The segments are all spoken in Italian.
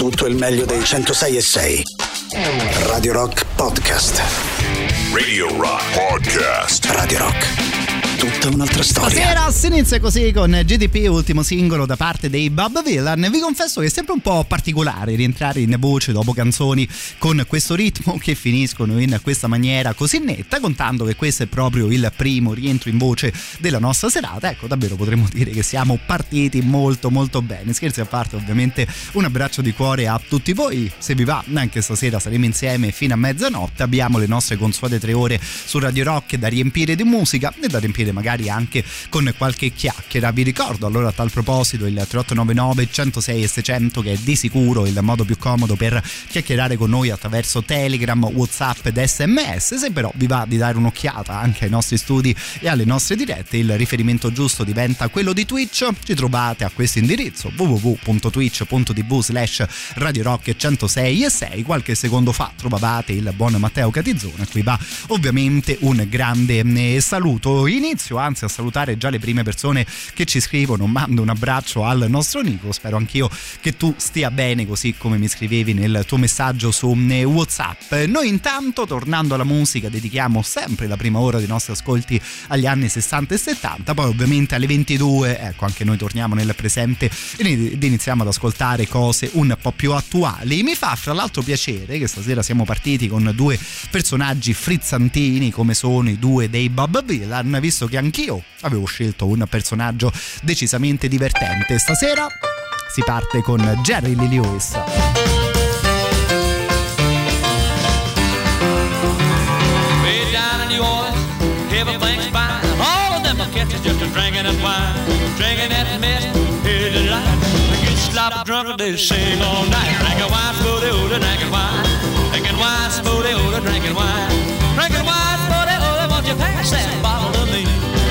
tutto il meglio dei 106.6. Radio Rock Podcast. Radio Rock Podcast. Radio Rock. Tutta un'altra storia. Stasera si inizia così con GDP, ultimo singolo da parte dei Bob Dylan. Vi confesso che è sempre un po' particolare rientrare in voce dopo canzoni con questo ritmo che finiscono in questa maniera così netta, contando che questo è proprio il primo rientro in voce della nostra serata. Ecco, davvero potremmo dire che siamo partiti molto molto bene. Scherzi a parte, ovviamente un abbraccio di cuore a tutti voi. Se vi va, anche stasera saremo insieme fino a mezzanotte. Abbiamo le nostre consuete 3 ore su Radio Rock da riempire di musica e da riempire magari anche con qualche chiacchiera. Vi ricordo allora a tal proposito il 3899 106 e 600, che è di sicuro il modo più comodo per chiacchierare con noi attraverso Telegram, WhatsApp ed SMS. Se però vi va di dare un'occhiata anche ai nostri studi e alle nostre dirette, il riferimento giusto diventa quello di Twitch. Ci trovate a questo indirizzo www.twitch.tv/Radio Rock 106 e 6. Qualche secondo fa trovavate il buon Matteo Catizzone, a cui va ovviamente un grande saluto. Inizio anzi a salutare già le prime persone che ci scrivono. Mando un abbraccio al nostro Nico, spero anch'io che tu stia bene, così come mi scrivevi nel tuo messaggio su WhatsApp. Noi intanto, tornando alla musica, dedichiamo sempre la prima ora dei nostri ascolti agli anni 60 e 70, poi ovviamente alle 22 ecco anche noi torniamo nel presente ed iniziamo ad ascoltare cose un po' più attuali. Mi fa fra l'altro piacere che stasera siamo partiti con 2 personaggi frizzantini come sono i 2 dei Bob Dylan, visto che anch'io avevo scelto un personaggio decisamente divertente. Stasera si parte con Jerry Lee Lewis. Way down in New Orleans, everything's fine. All of them are catching just a drinking that wine, drinking that mess, here's the light. They get sloppy drunk and they sing all night. Drinking wine, spooty, ooh, drinking wine. Drinking wine, spooty, ooh, drinking wine. Drinking wine, spooty, ooh, won't you pass that bottle to me?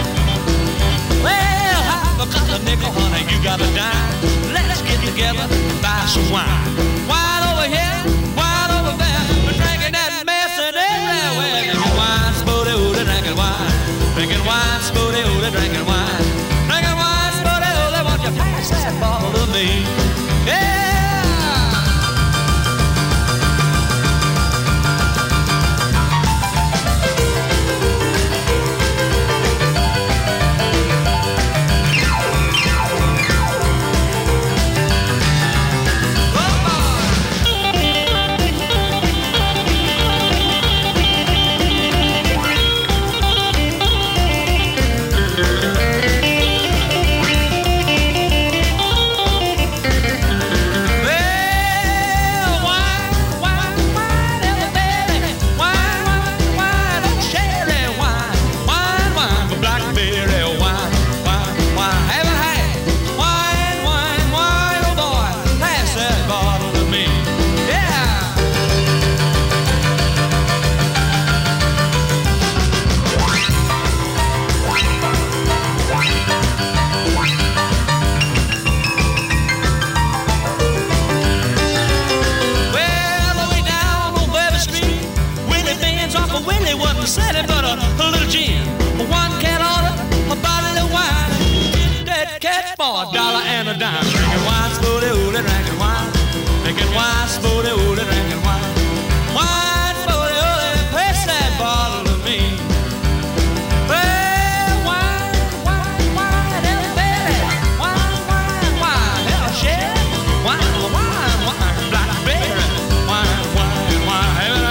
Well, I've got a nickel, honey, you got a dime. Let's get together and buy some wine. Wine over here, wine over there. We're drinking that mess and everywhere. Drinking wine, spooty, ooh, drinking wine. Drinking wine, spooty, ooh, drinking wine. Drinking wine, spooty, ooh, won't you pass that bottle to me? Yeah! Said it, but a little gin. One cat order, a bottle of wine. Get that cat for $1 and a dime. Drinking wine, spooty, ooh, drinking wine. Drinking wine, spooty, ooh, drinking wine. Wine, spooty, ooh, pass that bottle to me. Well, wine, wine, wine, baby. Wine, wine, wine, hell, shit. Wine, wine, wine, blackberry. Wine, wine, wine, heaven.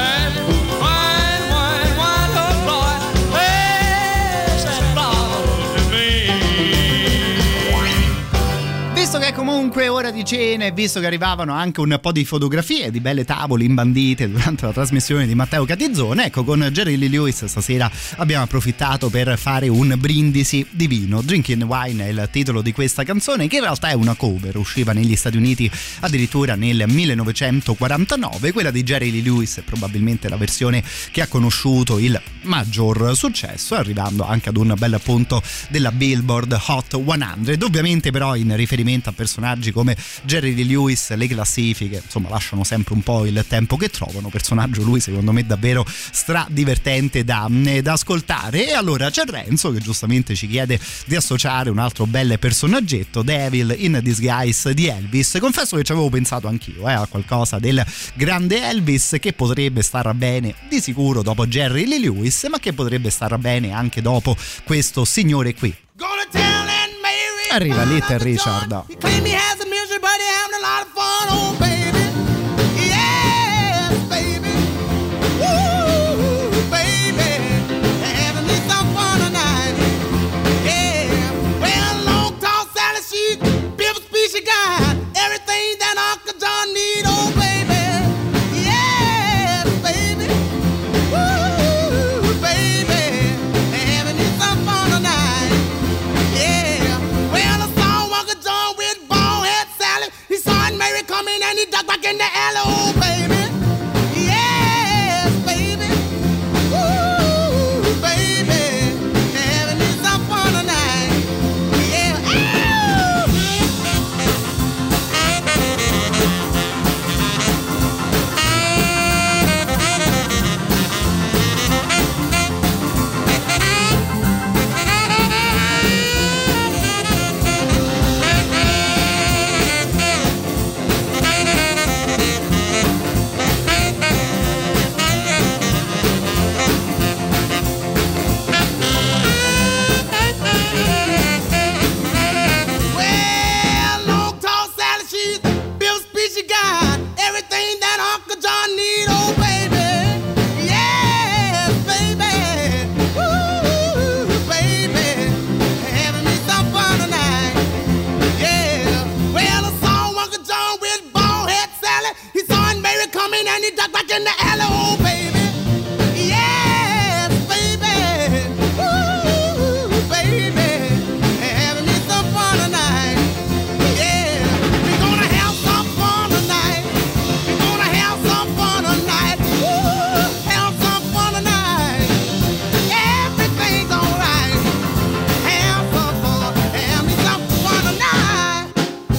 Visto che è comunque ora di cena e visto che arrivavano anche un po' di fotografie di belle tavole imbandite durante la trasmissione di Matteo Catizzone, ecco, con Jerry Lee Lewis stasera abbiamo approfittato per fare un brindisi di vino. Drinking Wine è il titolo di questa canzone, che in realtà è una cover, usciva negli Stati Uniti addirittura nel 1949. Quella di Jerry Lee Lewis è probabilmente la versione che ha conosciuto il maggior successo, arrivando anche ad un bel punto della Billboard Hot 100. Ovviamente però in riferimento a personaggi come Jerry Lee Lewis le classifiche insomma lasciano sempre un po' il tempo che trovano. Personaggio lui secondo me davvero divertente da ascoltare. E allora c'è Renzo che giustamente ci chiede di associare un altro bel personaggetto, Devil in Disguise di Elvis. Confesso che ci avevo pensato anch'io a qualcosa del grande Elvis che potrebbe star bene di sicuro dopo Jerry Lee Lewis, ma che potrebbe star bene anche dopo questo signore qui. Arriva Little Richard. She got everything that Uncle John need, oh baby, yes, baby, woo, baby, having me some fun tonight, yeah. Well, I saw Uncle John with bald head Sally. He saw Aunt Mary coming and he ducked back in the alley, oh baby, yes, baby, woo, baby, having me some fun tonight, yeah. In the alley, oh baby, yes, baby, ooh, baby, having me some fun tonight, yeah, we're gonna have some fun tonight, we're gonna have some fun tonight, ooh, have some fun tonight, everything's alright, have some fun, have me some fun tonight.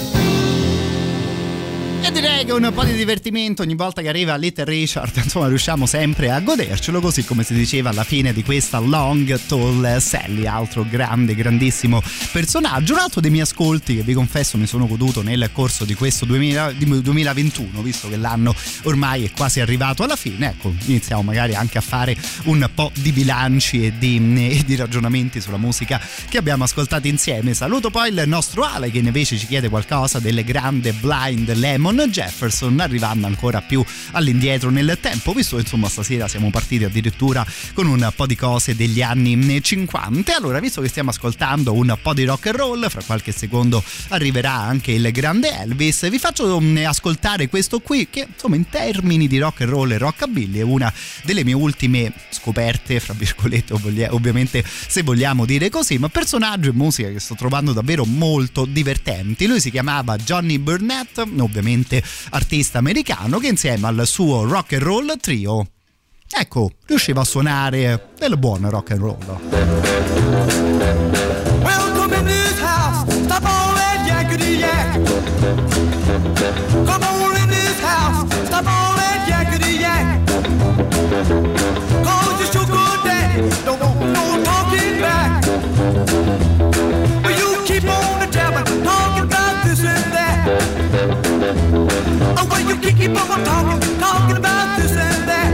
E direi che un po' di divertimento ogni volta che arriva Little Richard, insomma riusciamo sempre a godercelo, così come si diceva alla fine di questa Long Tall Sally, altro grandissimo personaggio. Un altro dei miei ascolti che vi confesso mi sono goduto nel corso di questo 2021, visto che l'anno ormai è quasi arrivato alla fine, ecco, iniziamo magari anche a fare un po' di bilanci e di ragionamenti sulla musica che abbiamo ascoltato insieme. Saluto poi il nostro Ale che invece ci chiede qualcosa del grande Blind Lemon Jefferson, arrivando ancora più all'indietro nel tempo, visto che insomma stasera siamo partiti addirittura con un po' di cose degli anni 50. Allora, visto che stiamo ascoltando un po' di rock and roll, fra qualche secondo arriverà anche il grande Elvis, vi faccio ascoltare questo qui che insomma in termini di rock and roll e rockabilly è una delle mie ultime scoperte, fra virgolette, ovviamente se vogliamo dire così, ma personaggio e musica che sto trovando davvero molto divertenti. Lui si chiamava Johnny Burnett, ovviamente artista americano, che insieme al suo rock and roll trio, ecco, riusciva a suonare del buon rock and roll. Welcome in this house, stop all that yakety-yak. Come on in this house, stop all that yakety-yak. Cause you're so good daddy, don't want no talking back. But you keep on jabbing, talking about this and that. Oh, well, you keep on talking about this and that.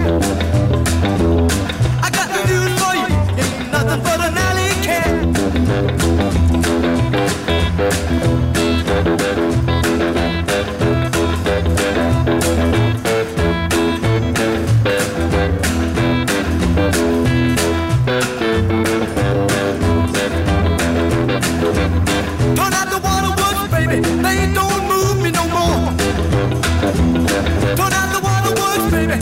I got the news for you, ain't nothing but an alley cat. Turn out the waterworks, baby, they don't move me no more. Turn out the waterworks, baby,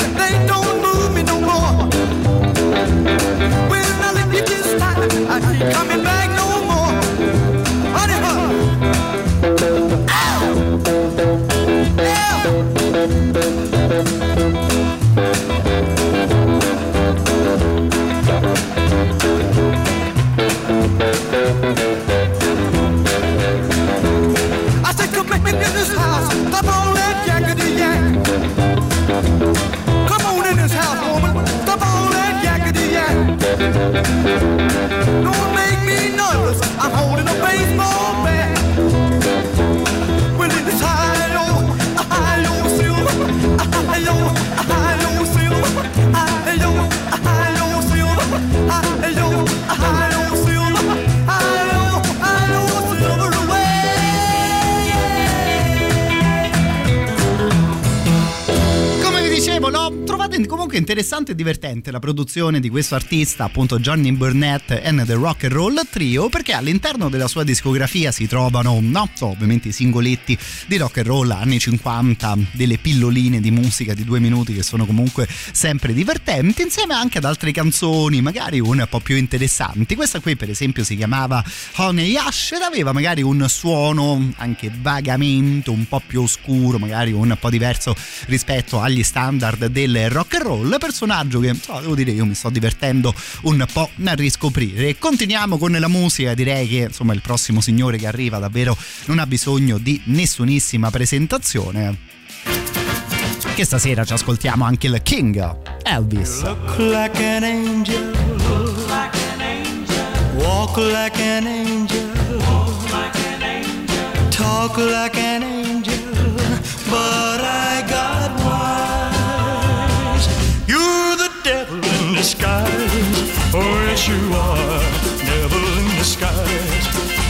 Dicevo, l'ho trovata comunque interessante e divertente la produzione di questo artista, appunto Johnny Burnett and the Rock and Roll Trio, perché all'interno della sua discografia si trovano, ovviamente i singoletti di rock and roll anni 50, delle pilloline di musica di 2 minuti che sono comunque sempre divertenti, insieme anche ad altre canzoni magari un po' più interessanti. Questa qui per esempio si chiamava Honey Ash ed aveva magari un suono anche vagamente un po' più oscuro, magari un po' diverso rispetto agli standard del rock and roll, personaggio che devo dire io mi sto divertendo un po' a riscoprire. E continuiamo con la musica, direi che insomma il prossimo signore che arriva davvero non ha bisogno di nessunissima presentazione, che stasera ci ascoltiamo anche il King Elvis. Look like an angel, look like an angel, walk like an angel, walk like an angel, talk like an angel, but I got wise. You're the devil in disguise, oh yes you are, devil in disguise.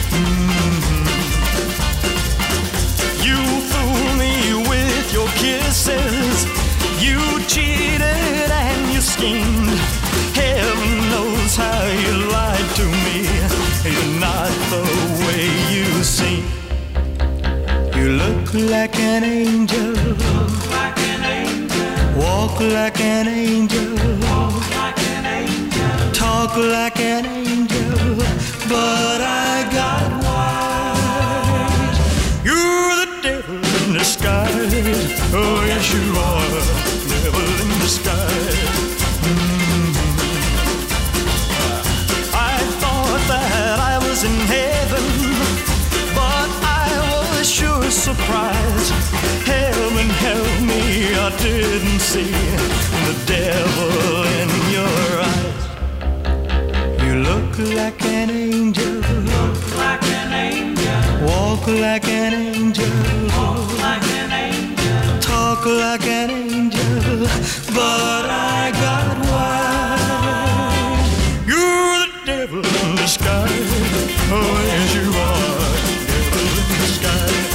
You fool me with your kisses, you cheated and you schemed. Heaven knows how you lied to me. You're not the way you seem. You look like an angel, look like an angel, walk like an angel, walk like an angel, talk like an angel, but I got wise. You're the devil in disguise, oh yes you are, devil in disguise. I thought that I was in heaven, but I was sure surprised. Heaven help me, I didn't see the devil in your eyes. You look like an angel, look like an angel, walk like an angel, walk like an angel, talk like an angel, but I got wise. You're the devil in disguise, oh yes you are, devil in disguise.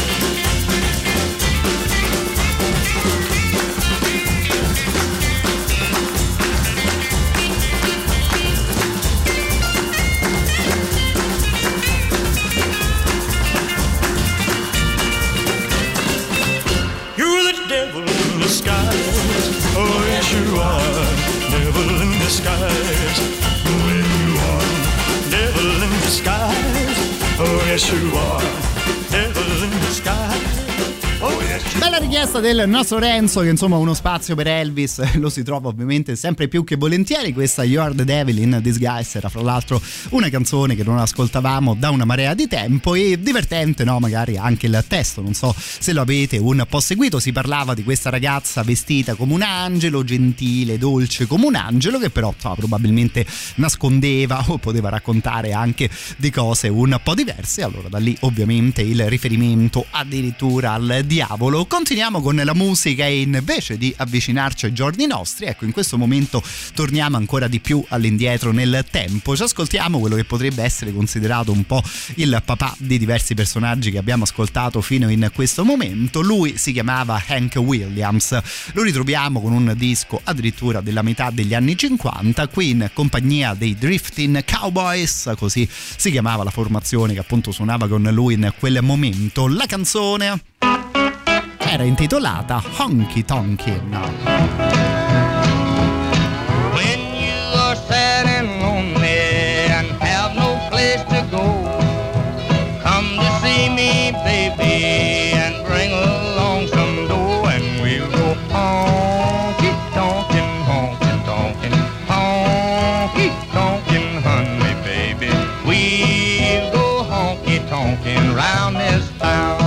Devil in disguise, oh yes you are, devil in disguise. Oh yes you are, devil in disguise. Oh yes you are, devil in disguise. Oh yes. Bella richiesta del nostro Renzo, che insomma uno spazio per Elvis lo si trova ovviamente sempre più che volentieri. Questa You Are the Devil in Disguise era fra l'altro una canzone che non ascoltavamo da una marea di tempo, e divertente, no? Magari anche il testo, non so se lo avete un po' seguito. Si parlava di questa ragazza vestita come un angelo, gentile, dolce come un angelo, che però probabilmente nascondeva o poteva raccontare anche di cose un po' diverse. Allora da lì ovviamente il riferimento addirittura al diavolo. Continuiamo con la musica e invece di avvicinarci ai giorni nostri, ecco, in questo momento torniamo ancora di più all'indietro nel tempo. Ci ascoltiamo quello che potrebbe essere considerato un po' il papà di diversi personaggi che abbiamo ascoltato fino in questo momento. Lui si chiamava Hank Williams, lo ritroviamo con un disco addirittura della metà degli anni 50, qui in compagnia dei Drifting Cowboys, così si chiamava la formazione che appunto suonava con lui in quel momento. La canzone era intitolata Honky Tonkin'. When you are sad and lonely and have no place to go, come to see me, baby, and bring along some dough, and we'll go honky tonkin', honky tonkin', honky tonkin', honey, baby. We'll go honky tonkin' round this town.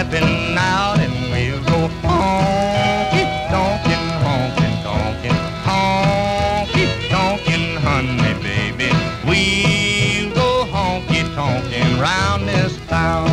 stepping out and we'll go honky tonkin', honky tonkin', honky tonkin', honey baby. We'll go honky tonkin' round this town.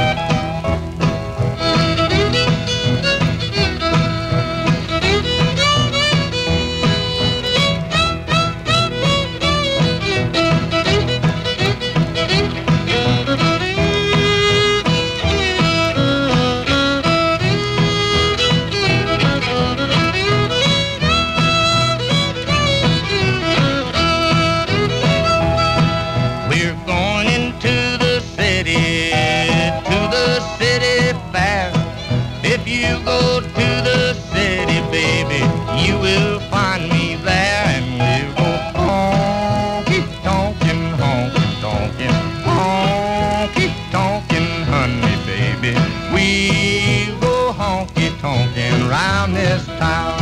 You go to the city, baby, you will find me there, and we'll go honky tonkin', honky tonkin', honky tonkin', honey baby. We'll go honky tonkin' round this town.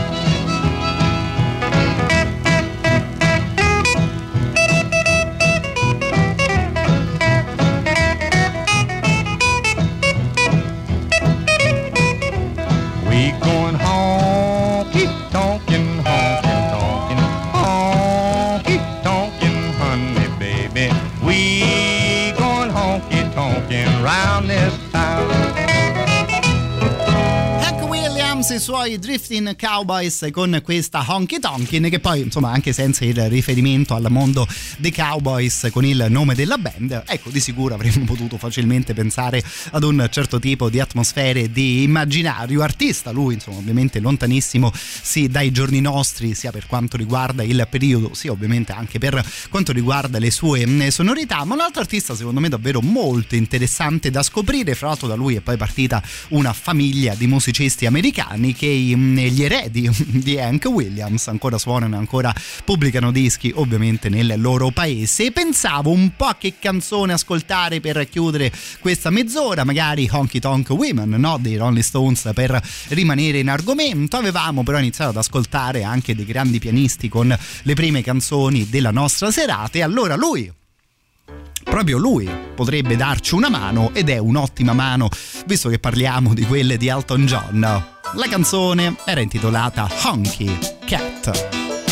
I suoi Drifting Cowboys con questa Honky Tonkin', che poi insomma anche senza il riferimento al mondo dei Cowboys con il nome della band, ecco, di sicuro avremmo potuto facilmente pensare ad un certo tipo di atmosfere, di immaginario. Artista lui, insomma, ovviamente lontanissimo sì dai giorni nostri, sia per quanto riguarda il periodo, sia ovviamente anche per quanto riguarda le sue sonorità, ma un altro artista secondo me davvero molto interessante da scoprire. Fra l'altro da lui è poi partita una famiglia di musicisti americani che gli eredi di Hank Williams ancora suonano, ancora pubblicano dischi ovviamente nel loro paese. E pensavo un po' a che canzone ascoltare per chiudere questa mezz'ora, magari Honky Tonk Women, no? Dei Rolling Stones, per rimanere in argomento. Avevamo però iniziato ad ascoltare anche dei grandi pianisti con le prime canzoni della nostra serata, e allora proprio lui potrebbe darci una mano, ed è un'ottima mano visto che parliamo di quelle di Elton John. La canzone era intitolata Honky Cat.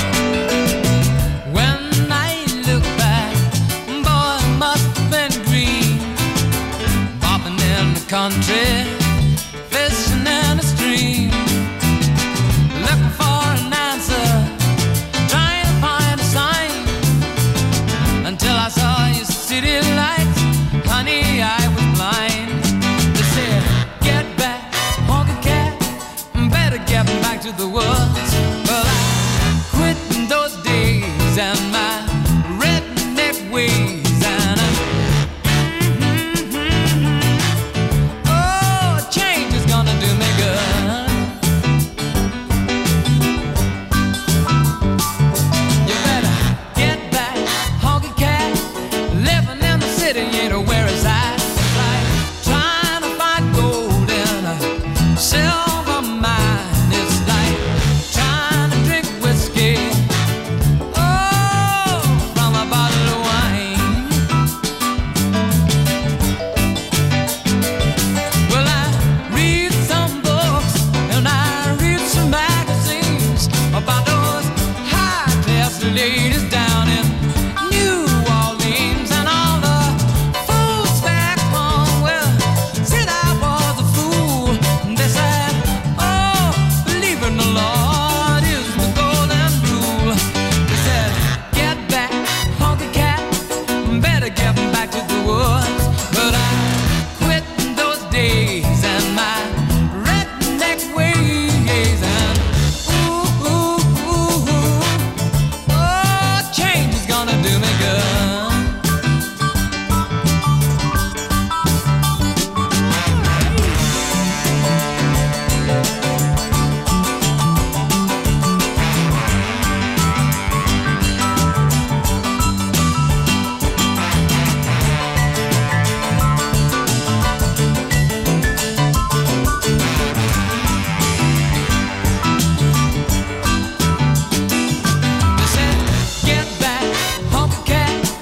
When I look back, boy, it must have been green. Bobbing in the country, fishing in a stream, looking for an answer, trying to find a sign, until I saw your city lights. Honey, I was blind. They said, get back, honky cat, better get back to the woods. Well, I quit in those days and my redneck ways, and oh, change is gonna do me good. You better get back, honky cat, living in the city ain't where it's at. It's like trying to find gold in a silver mine. It's like trying to drink whiskey, oh, from a bottle of wine. Well, I read some books and I read some magazines about those high-class ladies down in New Orleans, and all the fools back home, well, said I was a fool. They said, oh, believing the Lord is the golden rule. They said, get back, honky cat, better get back to the woods. But I quit those days and my redneck ways, and ooh, ooh, ooh, ooh, oh, change is gonna do me good. They said, get back, honky cat,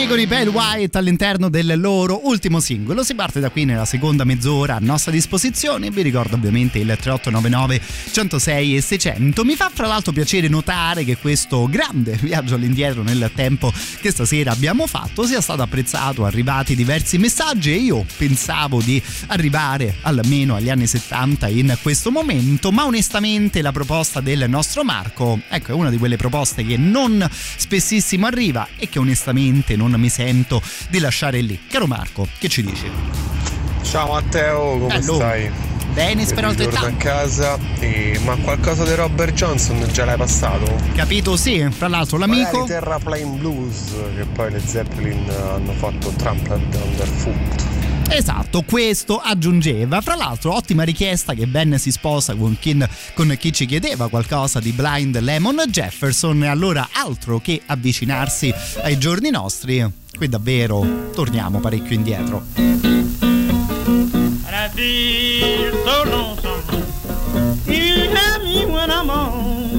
con i Pale White all'interno del loro ultimo singolo. Si parte da qui nella seconda mezz'ora a nostra disposizione. Vi ricordo ovviamente il 3899 106 e 600. Mi fa fra l'altro piacere notare che questo grande viaggio all'indietro nel tempo che stasera abbiamo fatto sia stato apprezzato, arrivati diversi messaggi, e io pensavo di arrivare almeno agli anni 70 in questo momento, ma onestamente la proposta del nostro Marco, ecco, è una di quelle proposte che non spessissimo arriva e che onestamente non mi sento di lasciare lì. Caro Marco, che ci dici? Ciao Matteo, come stai? Bene, spero altrettanto. Torno a casa ma qualcosa di Robert Johnson già l'hai passato? Capito, sì, fra l'altro l'amico magari Terraplane Blues, che poi le Zeppelin hanno fatto Trampled Underfoot. Esatto, questo aggiungeva. Fra l'altro ottima richiesta che ben si sposa con chi ci chiedeva qualcosa di Blind Lemon Jefferson, e allora altro che avvicinarsi ai giorni nostri, qui davvero torniamo parecchio indietro. And I feel so lonesome, you have me when I'm on.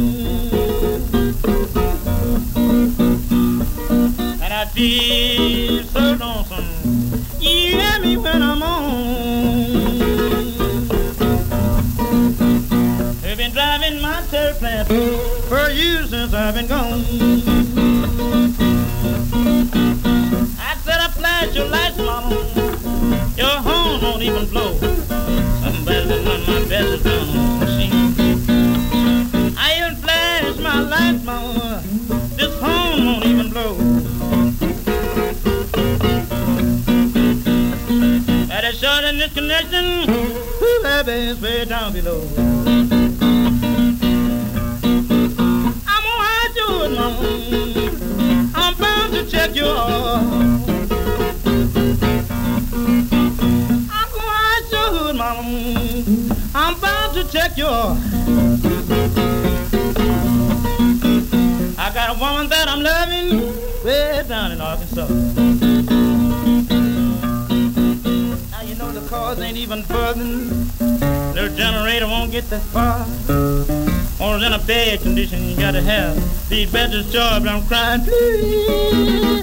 And I feel so lonesome, you have me when I'm on. They've been driving my terraplan for years since I've been gone. I said I flash your lights, mama, your horn won't even blow. Somebody will run my best down on the machine. I even flash my lights, mama, this horn won't even blow. That is short in this connection, who that is way down below. I'm gonna hide you, mama, I'm bound to check your heart. I'm bound to check your. I got a woman that I'm loving way down in Arkansas. Now you know the cars ain't even buzzing, the generator won't get that far. Or in a bad condition you gotta have the better job. I'm crying, please,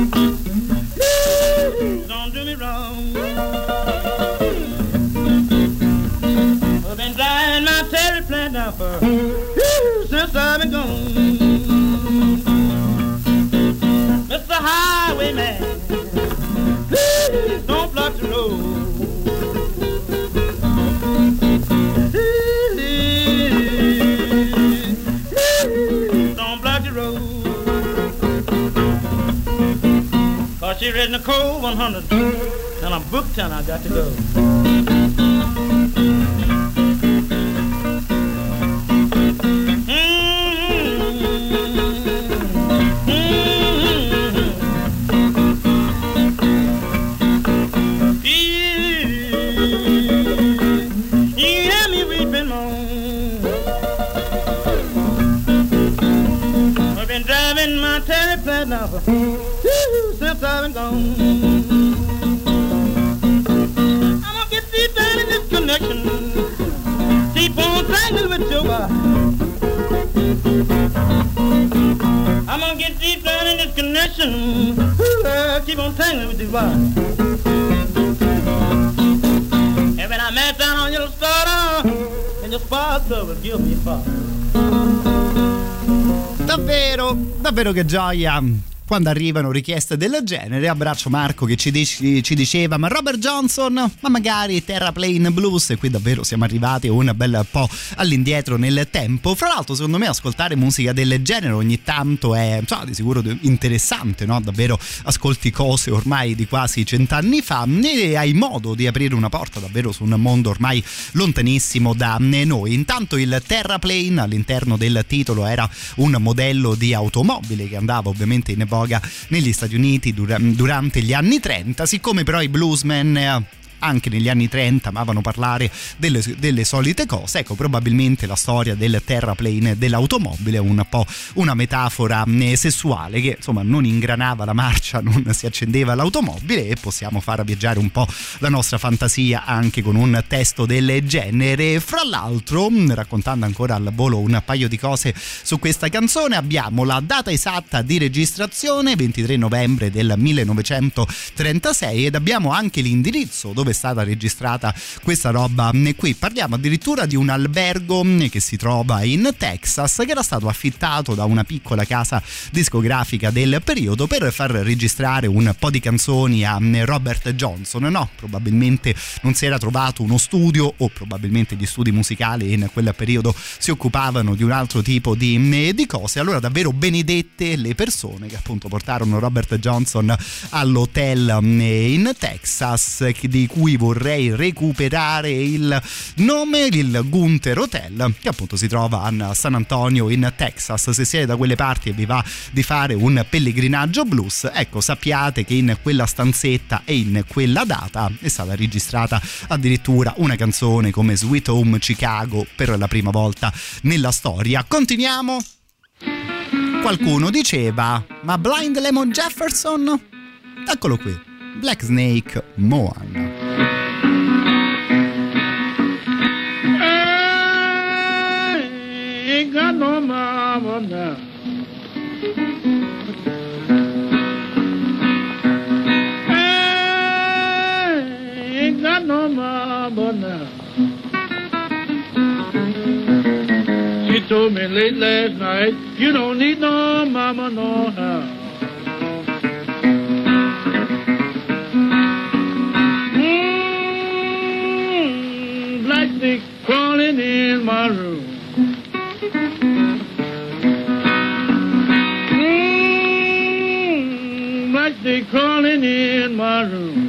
please don't do me wrong. I've been driving my terry plant now for since I've been gone. Mr. Highwayman, please don't block the road. Please don't block the road. 'Cause she read in the cold 100 and I'm booked and I got to go. Now since I've been gone, I'm gonna get deep down in this connection, keep on tangling with your wife. I'm gonna get deep down in this connection, keep on tangling with your wife. And when I met down on your starter, and your spark will give me fire. Davvero, davvero che gioia quando arrivano richieste del genere. Abbraccio Marco che ci diceva ma Robert Johnson, ma magari Terraplane Blues, e qui davvero siamo arrivati un bel po' all'indietro nel tempo. Fra l'altro secondo me ascoltare musica del genere ogni tanto è di sicuro interessante, no? Davvero ascolti cose ormai di quasi 100 anni fa e hai modo di aprire una porta davvero su un mondo ormai lontanissimo da noi. Intanto il Terraplane all'interno del titolo era un modello di automobile che andava ovviamente in voga negli Stati Uniti durante gli anni 30. Siccome però i bluesmen anche negli anni 30 amavano parlare delle solite cose. Ecco, probabilmente la storia del terraplane dell'automobile è un po' una metafora sessuale che insomma non ingranava la marcia, non si accendeva l'automobile, e possiamo far viaggiare un po' la nostra fantasia anche con un testo del genere. Fra l'altro, raccontando ancora al volo un paio di cose su questa canzone, abbiamo la data esatta di registrazione, 23 novembre del 1936, ed abbiamo anche l'indirizzo dove è stata registrata questa roba qui. Parliamo addirittura di un albergo che si trova in Texas, che era stato affittato da una piccola casa discografica del periodo per far registrare un po' di canzoni a Robert Johnson. No, probabilmente non si era trovato uno studio, o probabilmente gli studi musicali in quel periodo si occupavano di un altro tipo di cose. Allora davvero benedette le persone che appunto portarono Robert Johnson all'hotel in Texas, di cui vorrei recuperare il nome, il Gunther Hotel, che appunto si trova a San Antonio in Texas. Se siete da quelle parti e vi va di fare un pellegrinaggio blues, ecco, sappiate che in quella stanzetta e in quella data è stata registrata addirittura una canzone come Sweet Home Chicago per la prima volta nella storia. Continuiamo. Qualcuno diceva: ma Blind Lemon Jefferson? Eccolo qui, Black Snake Moan. Ain't got no mama now. Ain't got no mama now. She told me late last night, you don't need no mama no how. Black stick crawling in my room. Black stick crawling in my room.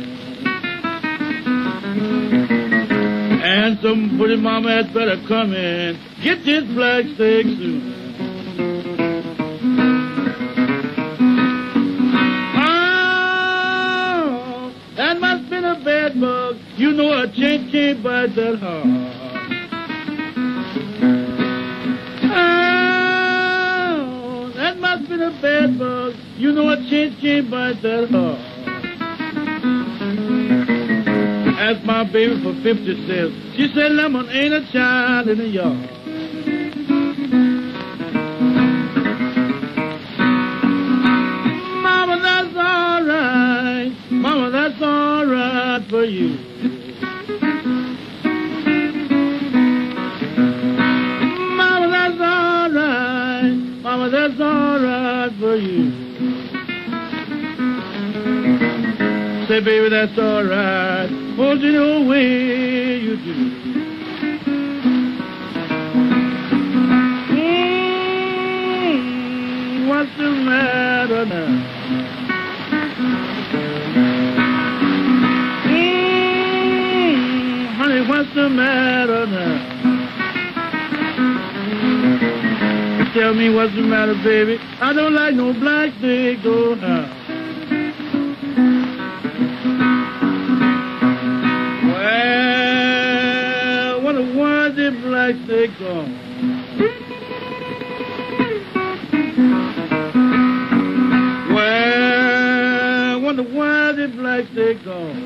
And some pretty mama had better come in, get this black stick soon. Oh, that must been a bed bug. You know a chain can't bite that hard. Oh, that must been a bed bug. You know a chain can't bite that hard. Asked my baby for 50 cents. She said Lemon ain't a child in the yard. Mama, that's all right. Mama, that's all right for you. Mama, that's all right. Mama, that's all right for you. Say, baby, that's all right. Hold it the way you do. What's the matter now? Honey, what's the matter now? Tell me what's the matter, baby. I don't like no black stick, go now. Black stick gone. Well, wonder why the black stick gone.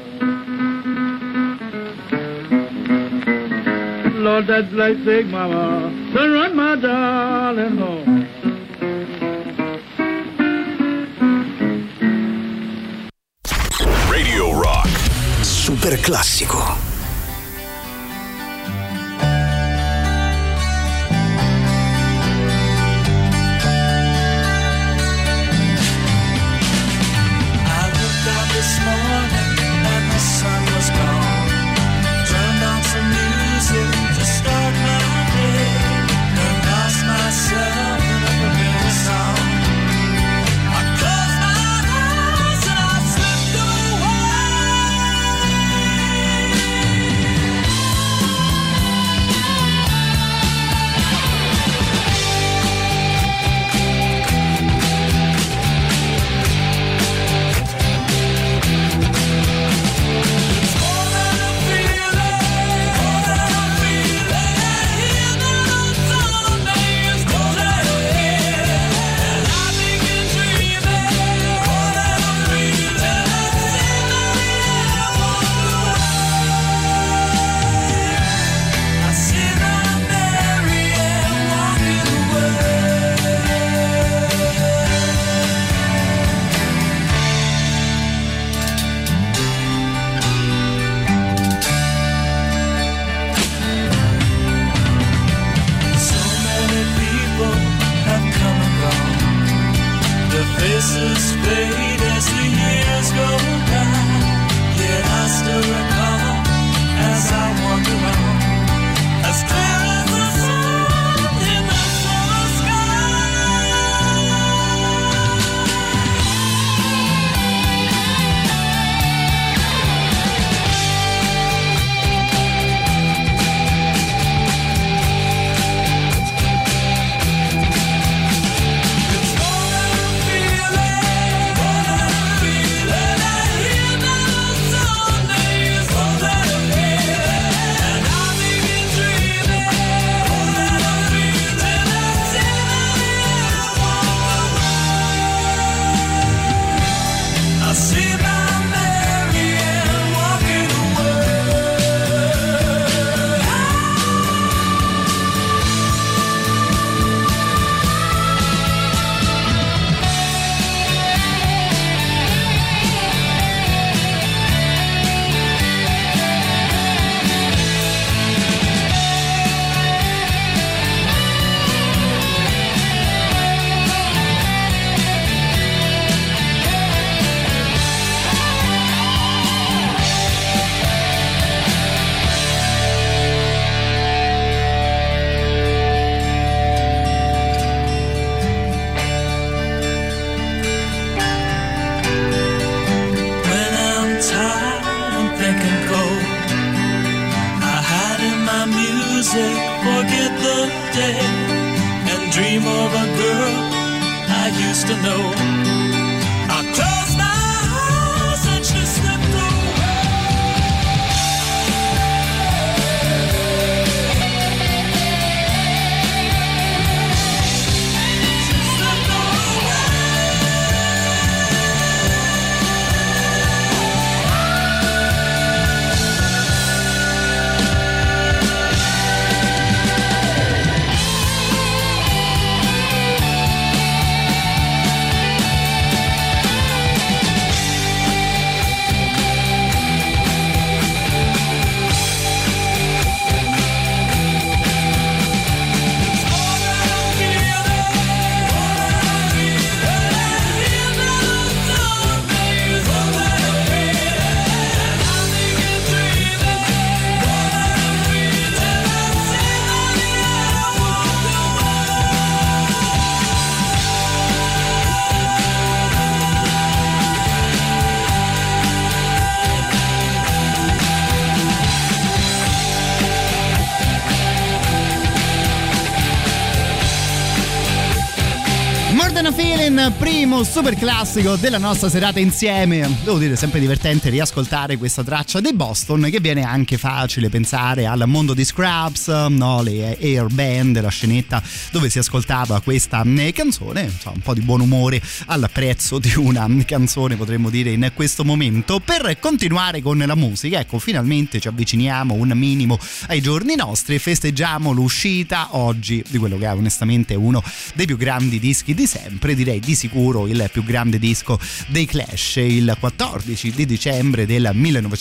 Lord, that black stick, mama, done run my darling home. Radio Rock. Super classico. I closed my eyes and I slipped away. music, forget the day, and dream of a girl I used to know. I close my eyes and she slipped away. She slipped away. Feeling, primo super classico della nostra serata insieme. Devo dire, sempre divertente riascoltare questa traccia dei Boston, che viene anche facile pensare al mondo di Scrubs, no? Le Air Band, la scenetta dove si ascoltava questa canzone, insomma, un po' di buon umore al prezzo di una canzone, potremmo dire, in questo momento. Per continuare con la musica, ecco, finalmente ci avviciniamo un minimo ai giorni nostri e festeggiamo l'uscita oggi di quello che è onestamente uno dei più grandi dischi di sempre, direi di sicuro il più grande disco dei Clash. Il 14 di dicembre del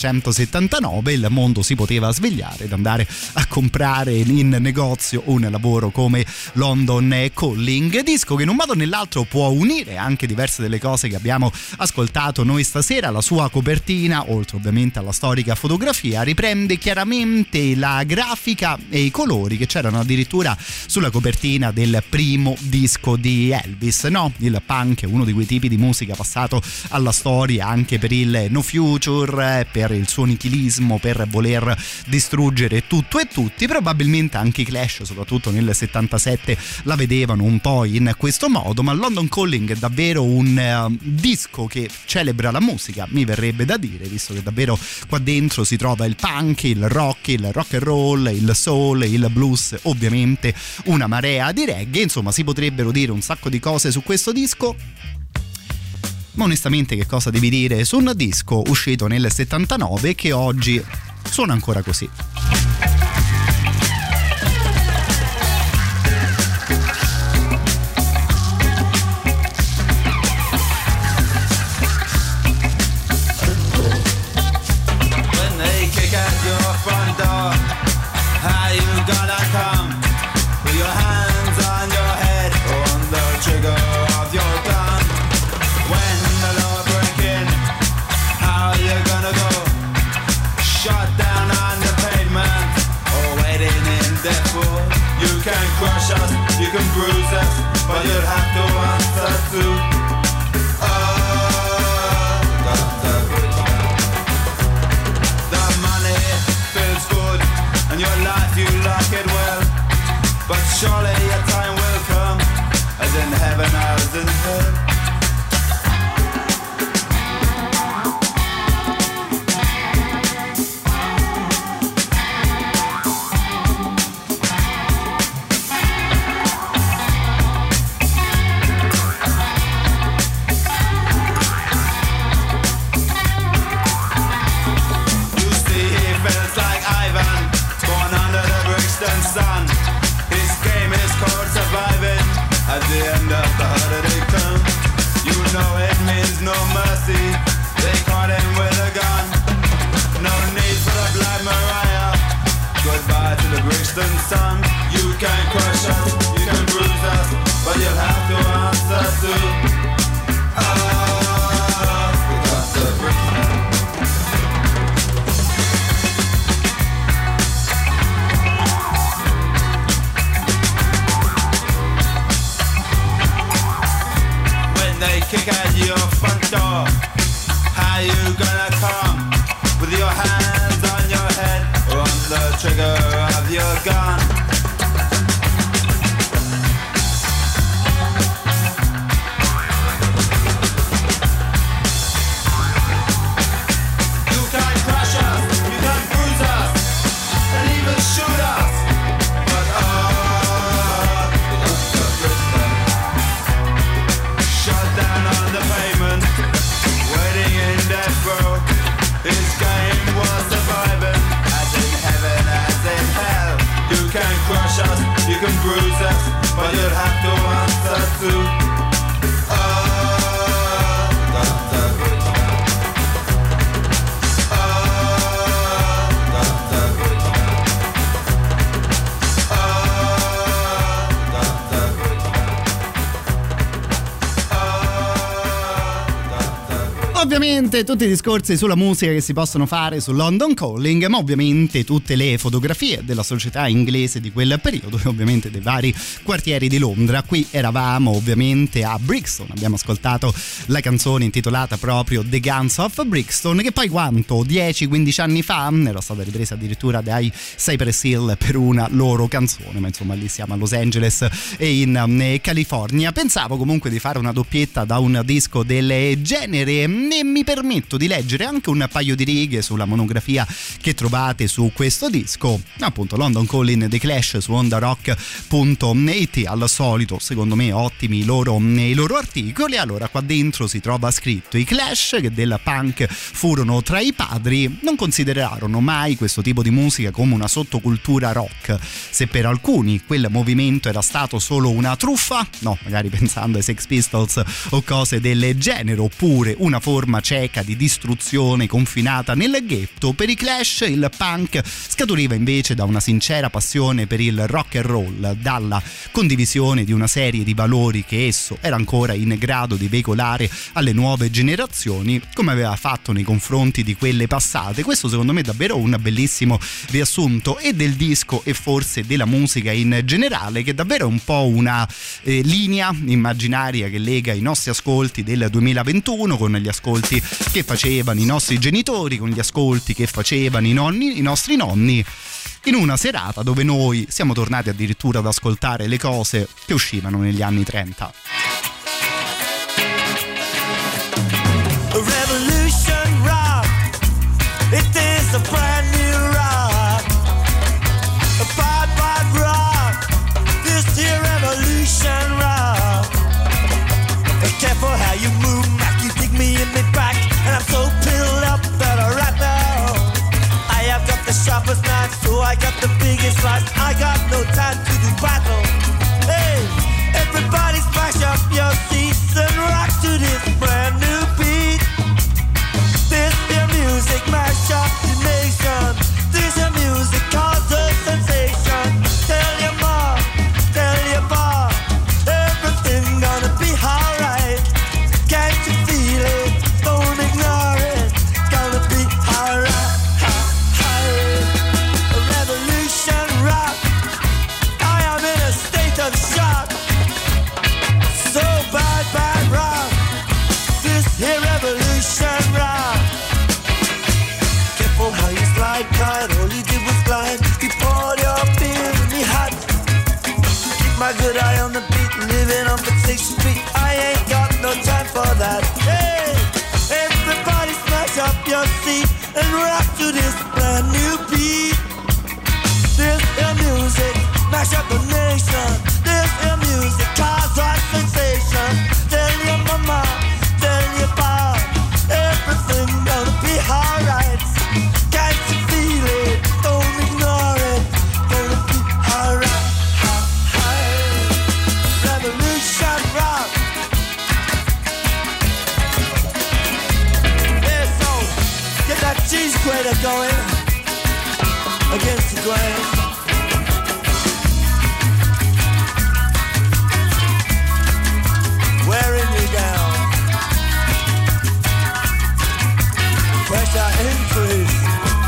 1979 il mondo si poteva svegliare ed andare a comprare in negozio un lavoro come London Calling, disco che in un modo o nell'altro può unire anche diverse delle cose che abbiamo ascoltato noi stasera. La sua copertina, oltre ovviamente alla storica fotografia, riprende chiaramente la grafica e i colori che c'erano addirittura sulla copertina del primo disco di Elvis, no? Il punk è uno di quei tipi di musica passato alla storia anche per il no future, per il suo nichilismo, per voler distruggere tutto e tutti. Probabilmente anche i Clash, soprattutto nel 77, la vedevano un po' in questo modo, ma London Calling è davvero un disco che celebra la musica, mi verrebbe da dire, visto che davvero qua dentro si trova il punk, il rock and roll, il soul, il blues, ovviamente una marea di reggae. Insomma, si potrebbero dire un sacco di cose su questo disco, ma onestamente che cosa devi dire su un disco uscito nel 79 che oggi suona ancora così? You can bruise us, but you'll have to answer to. The money feels good, and your life you like it well. But surely your time will come, as in heaven as in hell. At the end of the holiday come, you know it means no mercy. They caught him with a gun. No need for the Black Mariah. Goodbye to the Brixton Sun. You can crush us, you can bruise us, but you'll have to answer to. Because the Brixton. Kick at your front door. How you gonna come with your hands on your head or on the trigger of your gun. You can crush us, you can bruise us, and even shoot us. But shut down on the pavement, waiting in death row. His game was surviving, as in heaven, as in hell. You can crush us, you can bruise us, but you'll have to answer to Dr. Bridgman. Dr. Bridgman. Dr. Bridgman. Ovviamente tutti i discorsi sulla musica che si possono fare su London Calling, ma ovviamente tutte le fotografie della società inglese di quel periodo e ovviamente dei vari quartieri di Londra. Qui eravamo ovviamente a Brixton, abbiamo ascoltato la canzone intitolata proprio The Guns of Brixton, che poi quanto 10-15 anni fa era stata ripresa addirittura dai Cypress Hill per una loro canzone, ma insomma lì siamo a Los Angeles e in California. Pensavo comunque di fare una doppietta da un disco del genere e mi permetto di leggere anche un paio di righe sulla monografia che trovate su questo disco, appunto London Calling The Clash su ondarock.it. al solito secondo me ottimi i loro articoli. Allora qua dentro si trova scritto: i Clash, che del punk furono tra i padri, non considerarono mai questo tipo di musica come una sottocultura rock. Se per alcuni quel movimento era stato solo una truffa, no, magari pensando ai Sex Pistols o cose del genere, oppure una forma cieca di distruzione confinata nel ghetto, per i Clash il punk scaturiva invece da una sincera passione per il rock and roll, dalla condivisione di una serie di valori che esso era ancora in grado di veicolare alle nuove generazioni, come aveva fatto nei confronti di quelle passate. Questo secondo me è davvero un bellissimo riassunto e del disco e forse della musica in generale, che è davvero un po' una linea immaginaria che lega i nostri ascolti del 2021 con gli ascolti che facevano i nostri genitori, con gli ascolti che facevano i nostri nonni, in una serata dove noi siamo tornati addirittura ad ascoltare le cose che uscivano negli anni 30. Revolution rock, it is a brand new rock, a bad rock, this here revolution rock. Be careful how you move, Mac, you dig me in the back, and I'm so pilled up that I right now. I have got the sharpest knife, so I got the biggest slice. I got no time to do battle. Hey, everybody smash up your seats and rock to this brand new beat. This your music mash up the nation. This your music cause a sensation. Tell your mom, tell your boss, everything gonna be alright. Can't you feel it? Don't ignore it. Gonna be alright. A revolution rock. I am in a state of shock. So bad rock. This here revolution rock. Careful how you slide, Clyde. All you did was glide. You poured your beer in me hot. Keep my good eye on the beat, living on the 6th Street. I ain't got no time for that. Hey, everybody smash up your seat and rock to this brand new beat. This is music, mash up the nation. This is music, cause a sensation. Tell your mama, tell your pop, everything gonna be alright. Can't you feel it? Don't ignore it. Gonna be alright. Revolution rock. Yeah, so get that cheese grater going against the grain. Wearing you down. Pressure increase.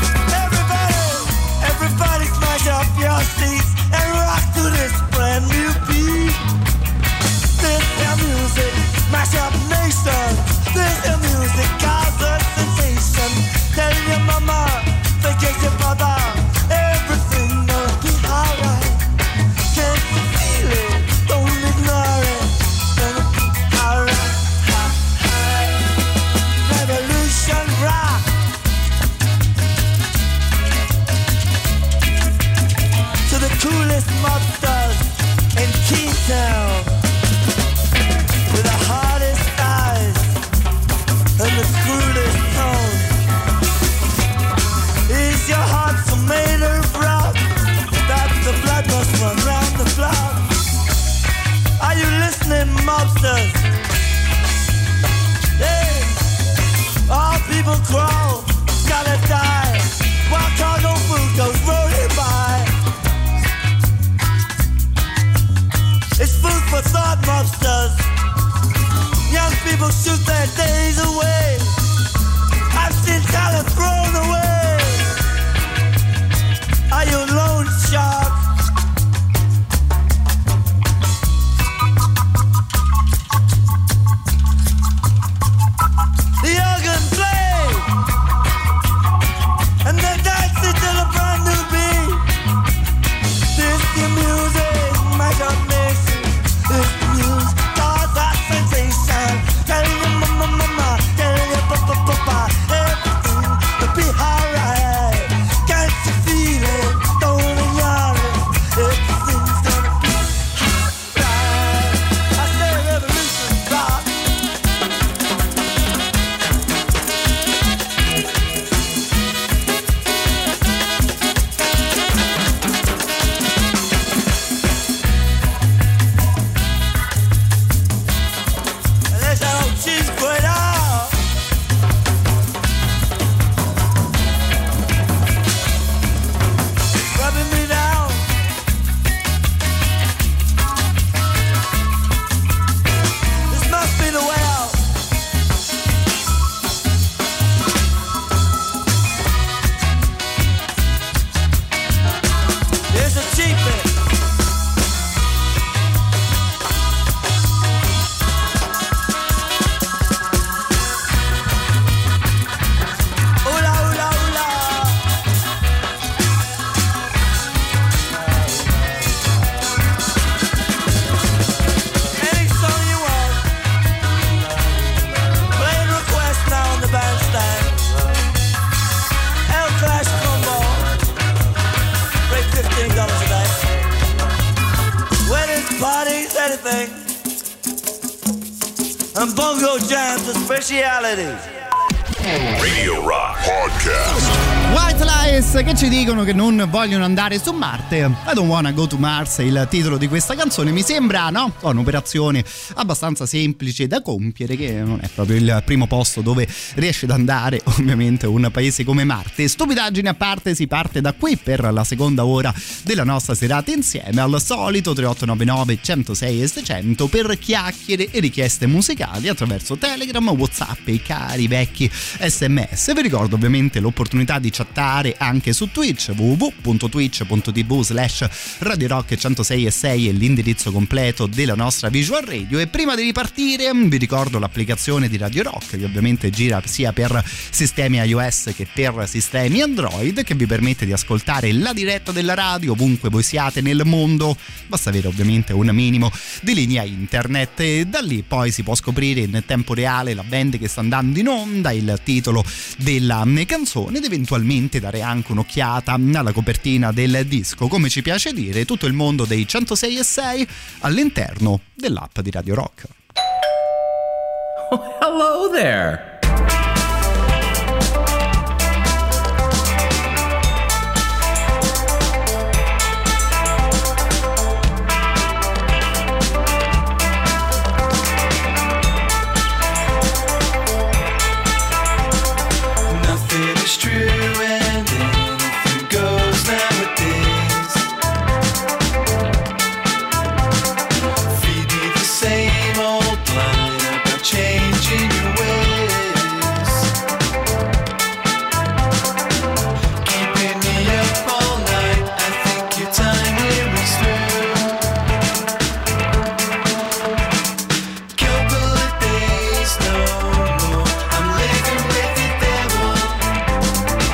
Everybody smash up your seats and rock to this brand new beat. This is music, mash up nation. This is music, cause a sensation. Tell your mama, forget your brother. this tone? Is your heart so made of rock that the blood must run round the block? Are you listening, mobsters? Hey, all people crawl, gotta die, while cargo food goes rolling by. It's food for thought, mobsters. Young people shoot their days away. I've seen talent thrown away. Are you loan shark? The organ play, and they're dancing to the brand new beat. This your music, my God, mission. This music cause a sensation. Tell your mama, tell your papa, everything will be alright. Can't you feel it? Don't ignore it. Everything's gonna be alright. I say revolution rock. There's that old cheese going out. It's rubbing me down. This must be the way out. Here's a cheap bit. Oola, oola, oola. Any song you want. Playing request now on the bandstand. El Clash Combo. Rate $15 a day. Weddings, parties, anything. And bongo jams a speciality. Radio Rock Podcast. White Lies che ci dicono che non vogliono andare su Marte. I don't wanna go to Mars è il titolo di questa canzone. Mi sembra, no? Un'operazione abbastanza semplice da compiere, che non è proprio il primo posto dove riesce ad andare ovviamente un paese come Marte. Stupidaggini a parte, si parte da qui per la seconda ora della nostra serata insieme. Al solito 3899 106 e 600 per chiacchiere e richieste musicali attraverso Telegram, WhatsApp e i cari vecchi SMS. Vi ricordo ovviamente l'opportunità di chattare anche su Twitch, www.twitch.tv/Radio Rock 106 e 6 è l'indirizzo completo della nostra visual radio. E prima di ripartire vi ricordo l'applicazione di Radio Rock, che ovviamente gira sia per sistemi iOS che per sistemi Android, che vi permette di ascoltare la diretta della radio ovunque voi siate nel mondo. Basta avere ovviamente un minimo di linea internet, e da lì poi si può scoprire in tempo reale la band che sta andando in onda, il titolo della canzone, ed eventualmente dare anche un'occhiata alla copertina del disco. Come ci piace dire, tutto il mondo dei 106 e 6 all'interno dell'app di Radio Rock. Oh, hello there. Nothing is true and anything goes nowadays. Feed me the same old line about changing your ways. Keeping me up all night, I think your time here is through. Couple of days, no more, I'm living with the devil.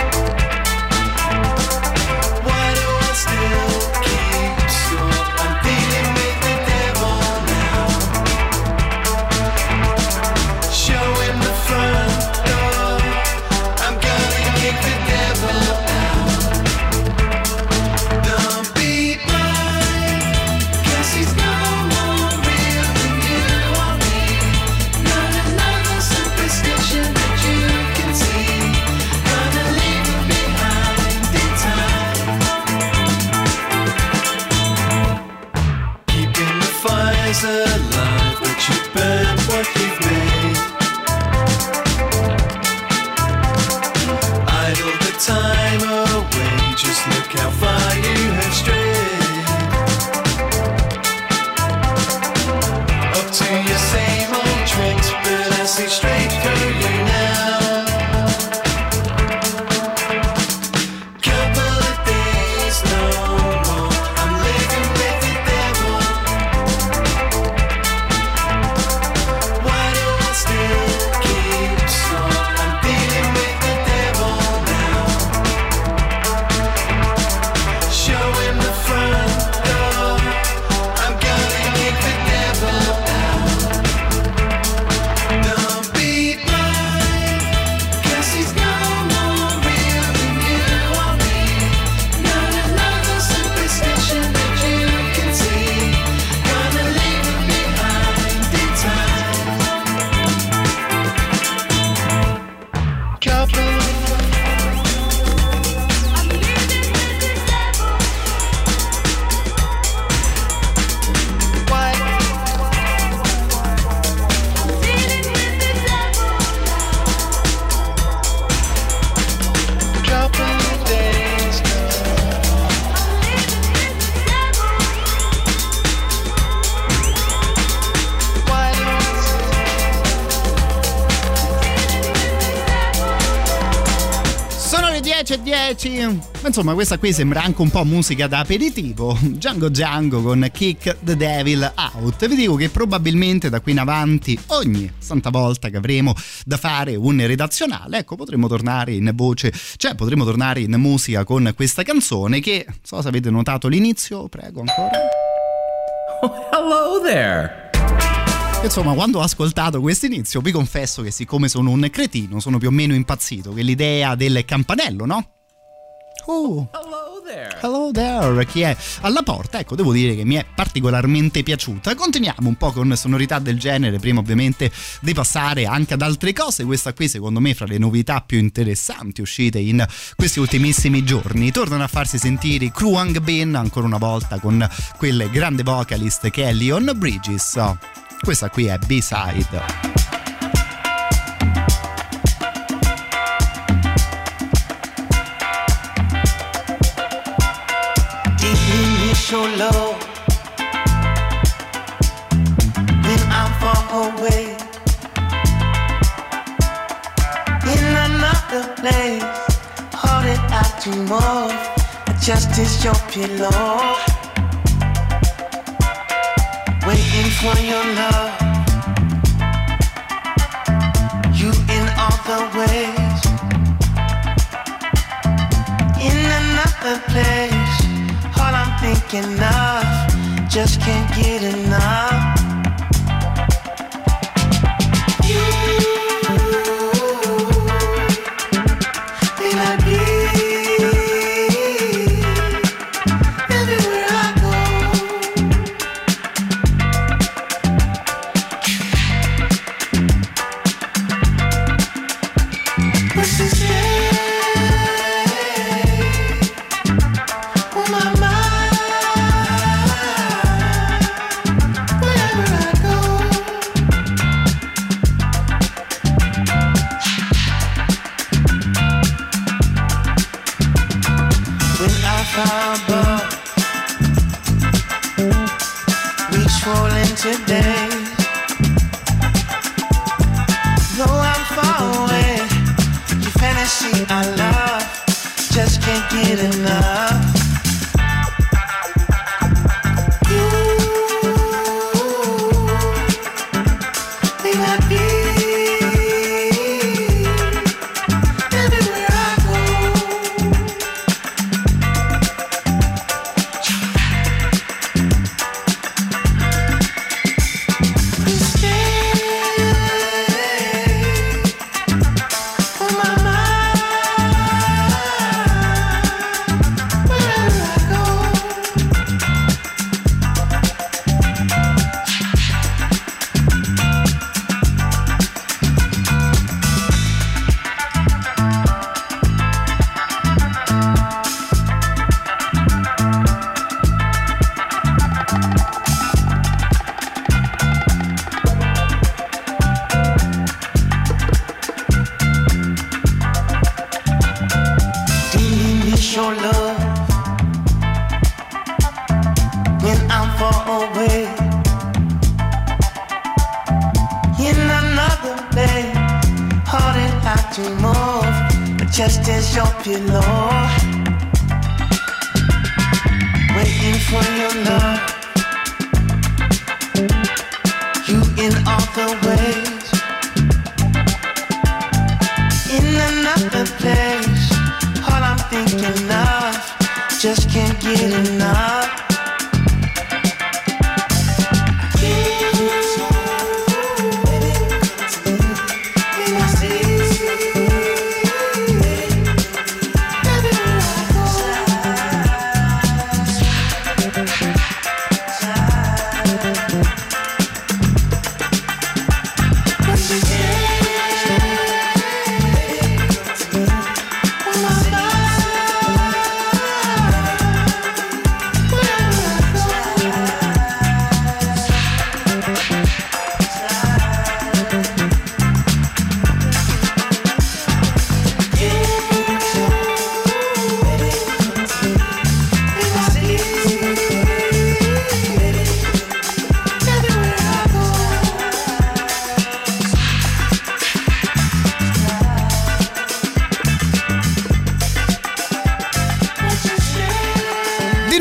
Ma insomma, questa qui sembra anche un po' musica da aperitivo. Django Django con Kick the Devil Out. Vi dico che probabilmente da qui in avanti, ogni santa volta che avremo da fare un redazionale, ecco, potremo tornare in voce, cioè potremo tornare in musica con questa canzone che, non so se avete notato l'inizio, prego ancora. Oh, hello there. Insomma, quando ho ascoltato questo inizio vi confesso che, siccome sono un cretino, sono più o meno impazzito che l'idea del campanello, no? Oh, hello there, chi è alla porta? Ecco, devo dire che mi è particolarmente piaciuta. Continuiamo un po' con sonorità del genere, prima ovviamente di passare anche ad altre cose. Questa qui, secondo me, fra le novità più interessanti uscite in questi ultimissimi giorni. Tornano a farsi sentire i Kruang Bin, ancora una volta con quel grande vocalist che è Leon Bridges. Questa qui è B-Side. So low when I'm far away in another place, holding out to move, just as your pillow, waiting for your love. You in all the ways, in another place. All I'm thinking of, just can't get enough. You, may not be everywhere I go. What's his name? Oh my mind. Reach for today. Though I'm far away, your fantasy I love, just can't get enough.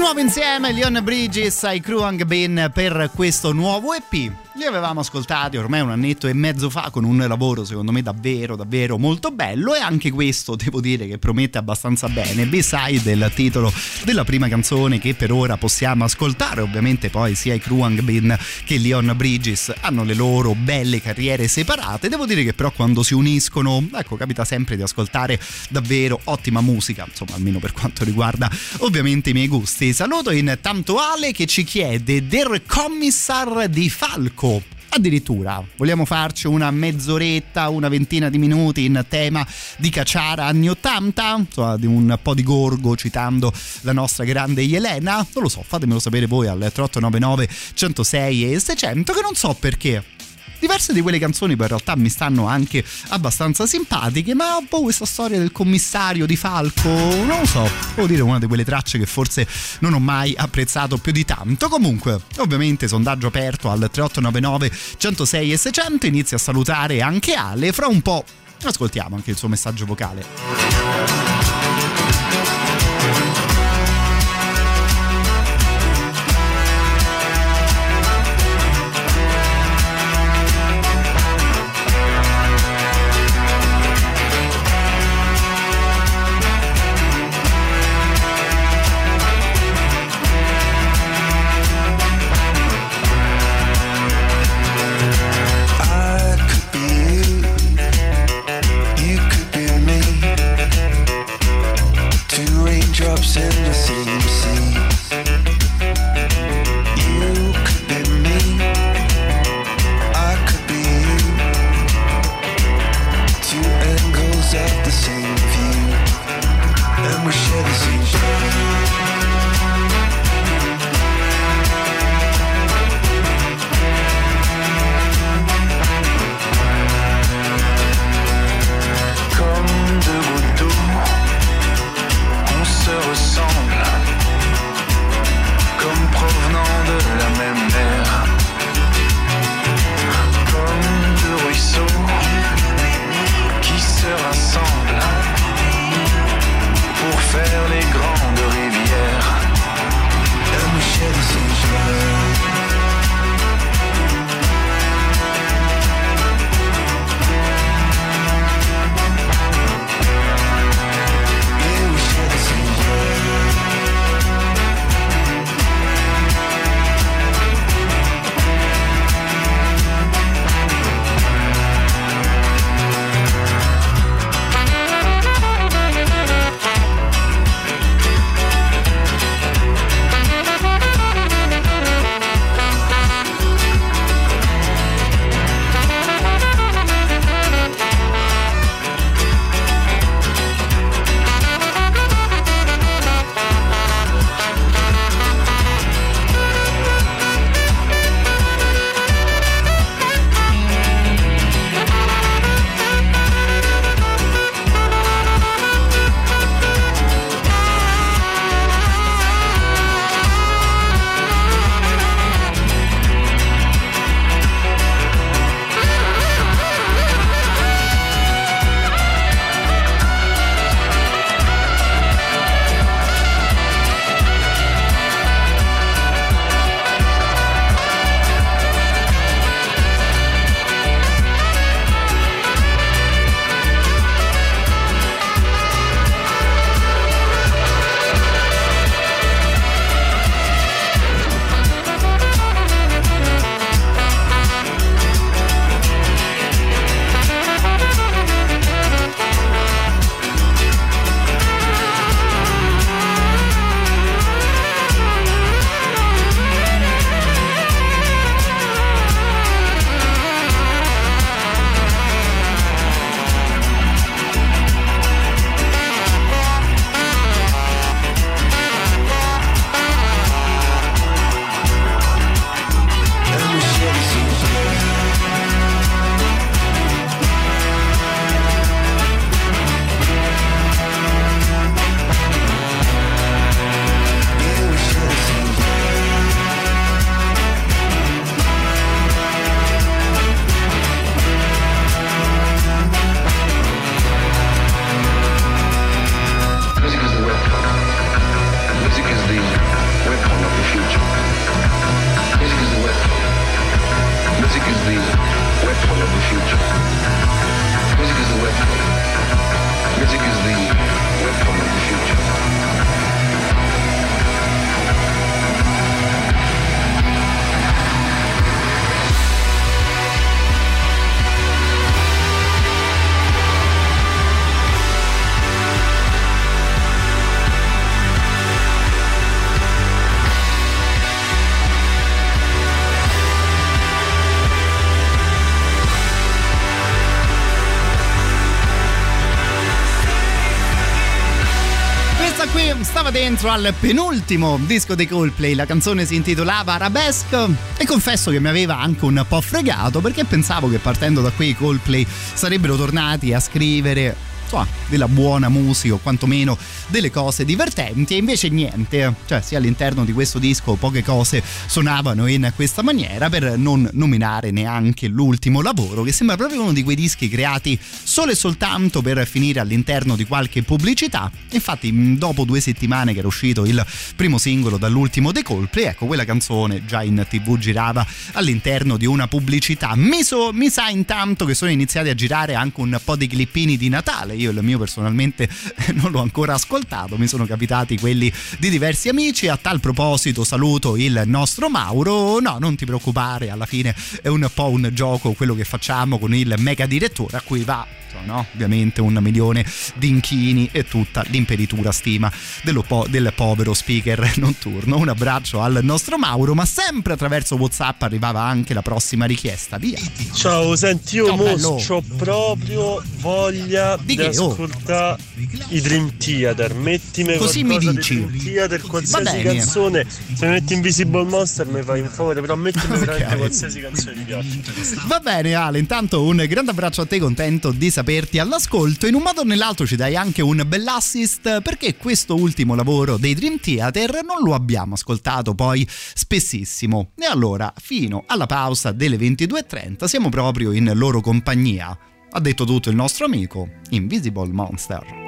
nuovo insieme Leon Bridges ai Kruang Bin per questo nuovo EP. Li avevamo ascoltati ormai un annetto e mezzo fa con un lavoro secondo me davvero davvero molto bello, e anche questo devo dire che promette abbastanza bene. B-side il titolo della prima canzone che per ora possiamo ascoltare. Ovviamente poi sia i Kruang Bin che Leon Bridges hanno le loro belle carriere separate. Devo dire che però quando si uniscono, ecco, capita sempre di ascoltare davvero ottima musica, insomma almeno per quanto riguarda ovviamente i miei gusti. Saluto intanto Ale che ci chiede Der Kommissar di Falco. Addirittura vogliamo farci una mezz'oretta, una ventina di minuti in tema di cacciara anni 80, insomma di un po' di gorgo citando la nostra grande Elena? Non lo so, fatemelo sapere voi al 3899 106 e 600, che non so perché diverse di quelle canzoni poi in realtà mi stanno anche abbastanza simpatiche, ma un po' questa storia del commissario di Falco, non lo so, devo dire una di quelle tracce che forse non ho mai apprezzato più di tanto. Comunque, ovviamente sondaggio aperto al 3899 106 e 600, inizia a salutare anche Ale, fra un po' ascoltiamo anche il suo messaggio vocale. Drops in Questa qui stava dentro al penultimo disco dei Coldplay, la canzone si intitolava Arabesque e confesso che mi aveva anche un po' fregato perché pensavo che partendo da qui i Coldplay sarebbero tornati a scrivere della buona musica o quantomeno delle cose divertenti, e invece niente, cioè sia all'interno di questo disco poche cose suonavano in questa maniera, per non nominare neanche l'ultimo lavoro che sembra proprio uno di quei dischi creati solo e soltanto per finire all'interno di qualche pubblicità. Infatti dopo 2 settimane che era uscito il primo singolo dall'ultimo dei Coldplay, ecco, quella canzone già in TV girava all'interno di una pubblicità. Mi sa intanto che sono iniziati a girare anche un po' di clippini di Natale. Io il mio personalmente non l'ho ancora ascoltato, mi sono capitati quelli di diversi amici. A tal proposito saluto il nostro Mauro. No, non ti preoccupare, alla fine è un po' un gioco quello che facciamo con il mega direttore, a cui va ovviamente 1 milione di inchini e tutta l'imperitura stima del povero speaker notturno. Un abbraccio al nostro Mauro, ma sempre attraverso WhatsApp arrivava anche la prossima richiesta. Via. Ciao, senti, io ho proprio voglia di ascoltare i Dream Theater. Mettimi così mi dici Dream Theater, qualsiasi canzone. Se metti Invisible Monster mi fai un favore, però mettimi veramente qualsiasi canzone ti piace. Va bene Ale, intanto un grande abbraccio a te, contento di saperti all'ascolto. In un modo o nell'altro ci dai anche un bell'assist, perché questo ultimo lavoro dei Dream Theater non lo abbiamo ascoltato poi spessissimo, e allora fino alla pausa delle 22:30 siamo proprio in loro compagnia. Ha detto tutto il nostro amico Invisible Monster.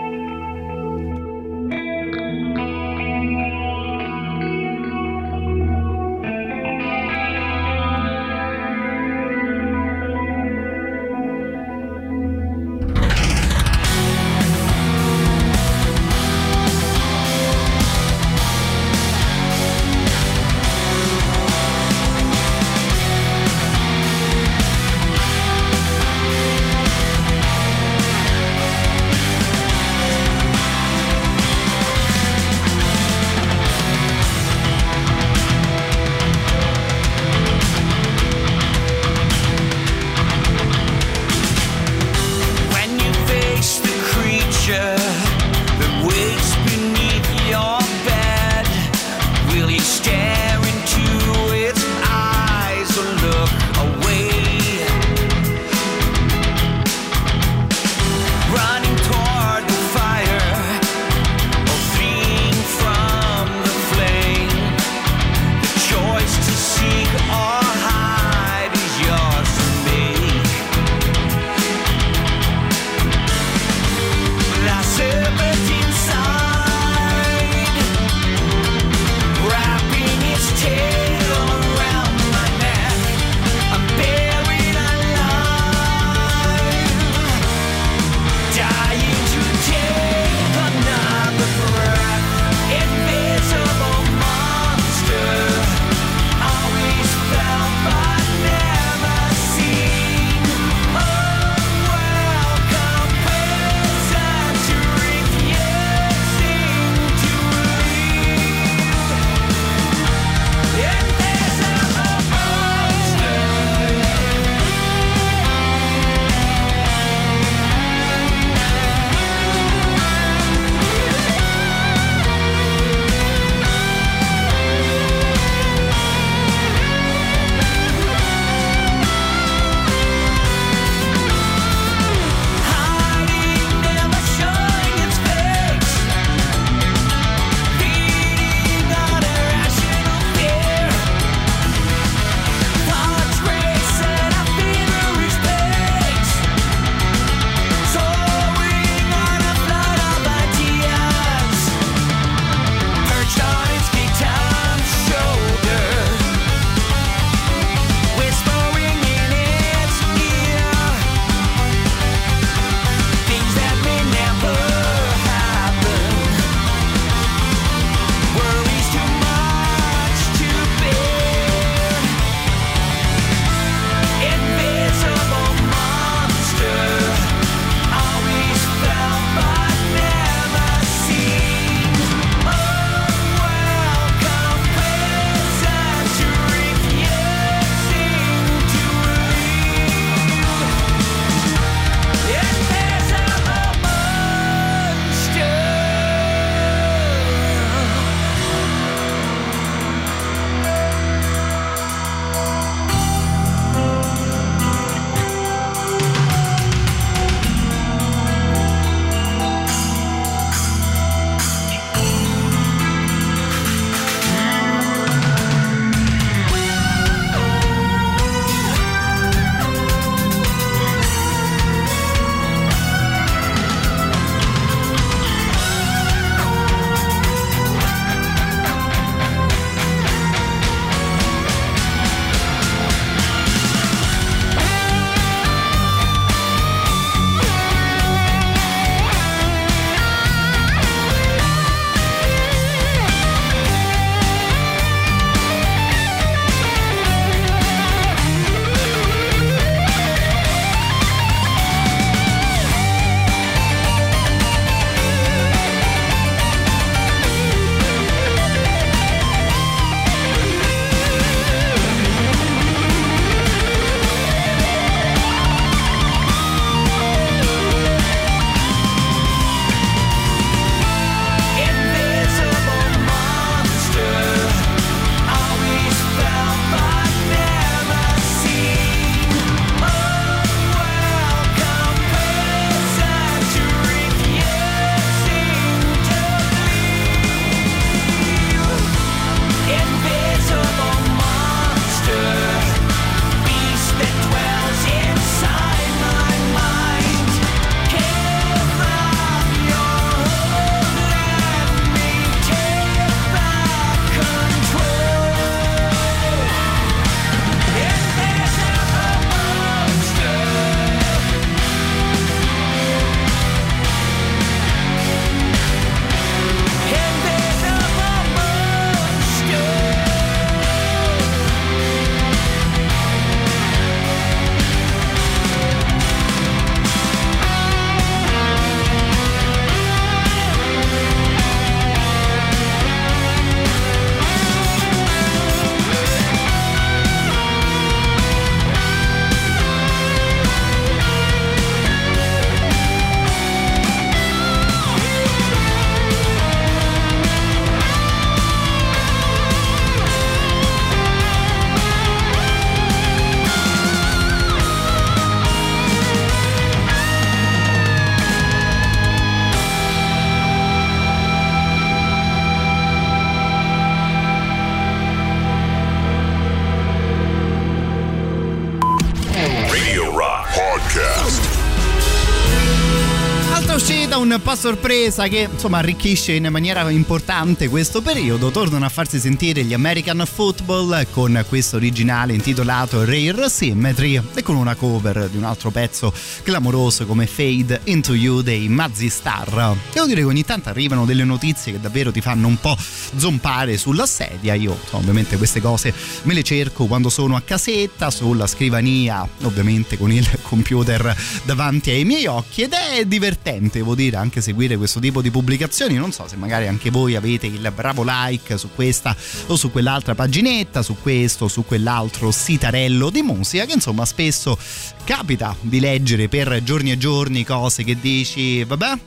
po' a sorpresa che insomma arricchisce in maniera importante questo periodo. Tornano a farsi sentire gli American Football con questo originale intitolato Rare Symmetry e con una cover di un altro pezzo clamoroso come Fade Into You dei Mazzy Star. Devo dire che ogni tanto arrivano delle notizie che davvero ti fanno un po' zompare sulla sedia. Io insomma, ovviamente queste cose me le cerco quando sono a casetta, sulla scrivania, ovviamente con il computer davanti ai miei occhi, ed è divertente, devo dire, anche seguire questo tipo di pubblicazioni. Non so se magari anche voi avete il bravo like su questa o su quell'altra paginetta, su questo o su quell'altro sitarello di musica, che insomma spesso capita di leggere per giorni e giorni cose che dici vabbè,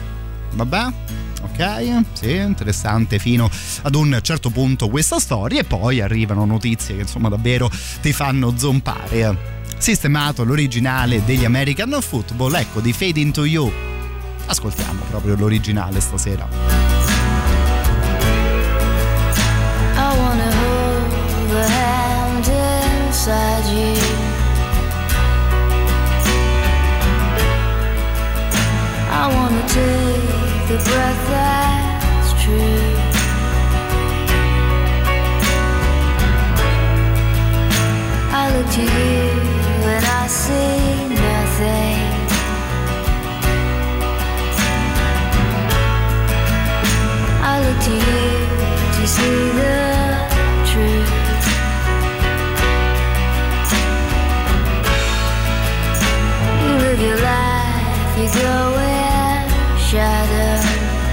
ok, sì, interessante fino ad un certo punto questa storia, e poi arrivano notizie che insomma davvero ti fanno zompare. Sistemato l'originale degli American Football, ecco, di Fade Into You. Ascoltiamo proprio l'originale stasera. I wanna hold the hand inside you. I wanna take the breath that's true. I look to you and I see nothing. I look to you to see the truth. You live your life, you go in shadow.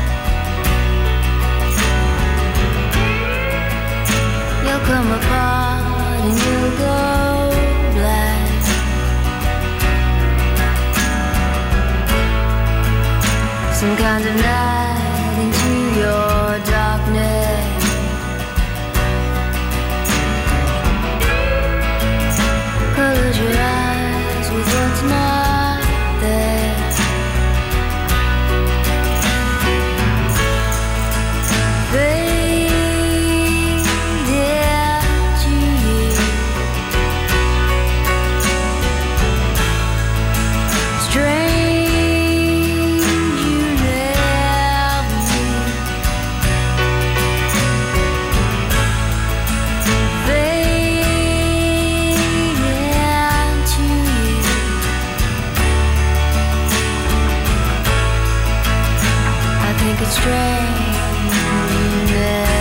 You'll come apart and you'll go black. Some kind of night into your darkness. Close your eyes with what's not there. Fade into you. Strange you never meet. Fade into you. I think it's strange you never meet.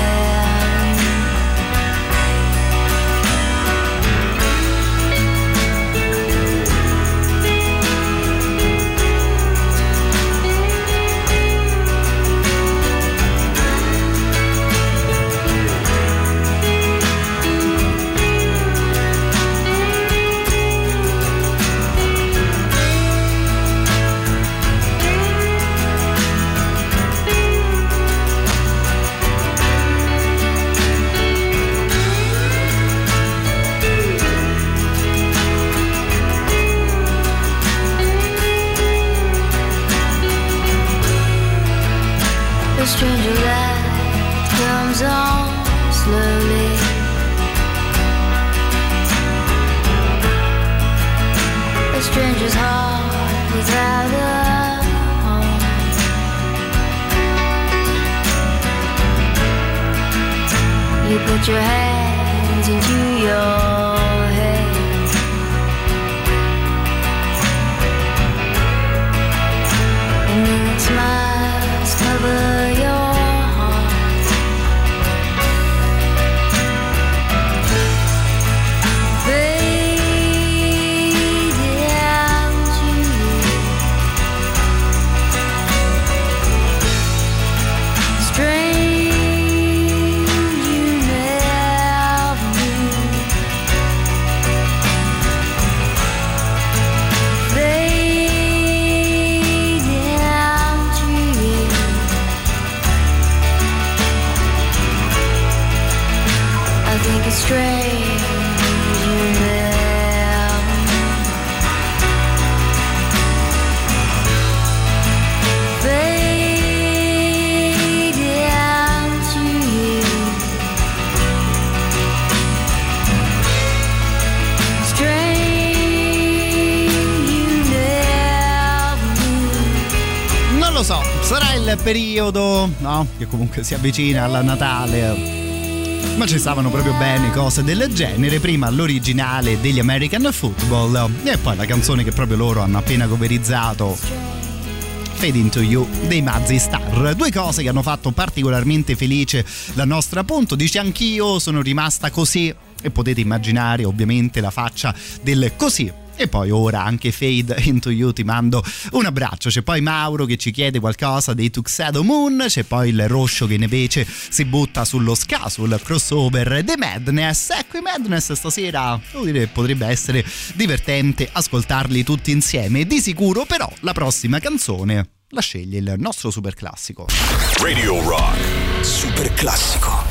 The stranger light comes on slowly. A stranger's heart without a home. You put your hands into your head. And then smiles cover your heart. Fade into you. Strange you never knew. il periodo, no? Che comunque si avvicina alla Natale. Ma ci stavano proprio bene cose del genere. Prima l'originale degli American Football e poi la canzone che proprio loro hanno appena coverizzato, Fade Into You dei Mazzy Star. Due cose che hanno fatto particolarmente felice la nostra Punto. Dice: anch'io sono rimasta così, e potete immaginare ovviamente la faccia del così. E poi ora anche Fade Into You, ti mando un abbraccio. C'è poi Mauro che ci chiede qualcosa dei Tuxedo Moon, c'è poi il Roscio che invece si butta sullo ska, sul crossover dei Madness. Ecco, i Madness stasera devo dire potrebbe essere divertente ascoltarli tutti insieme. Di sicuro però la prossima canzone la sceglie il nostro super classico. Radio Rock Super classico.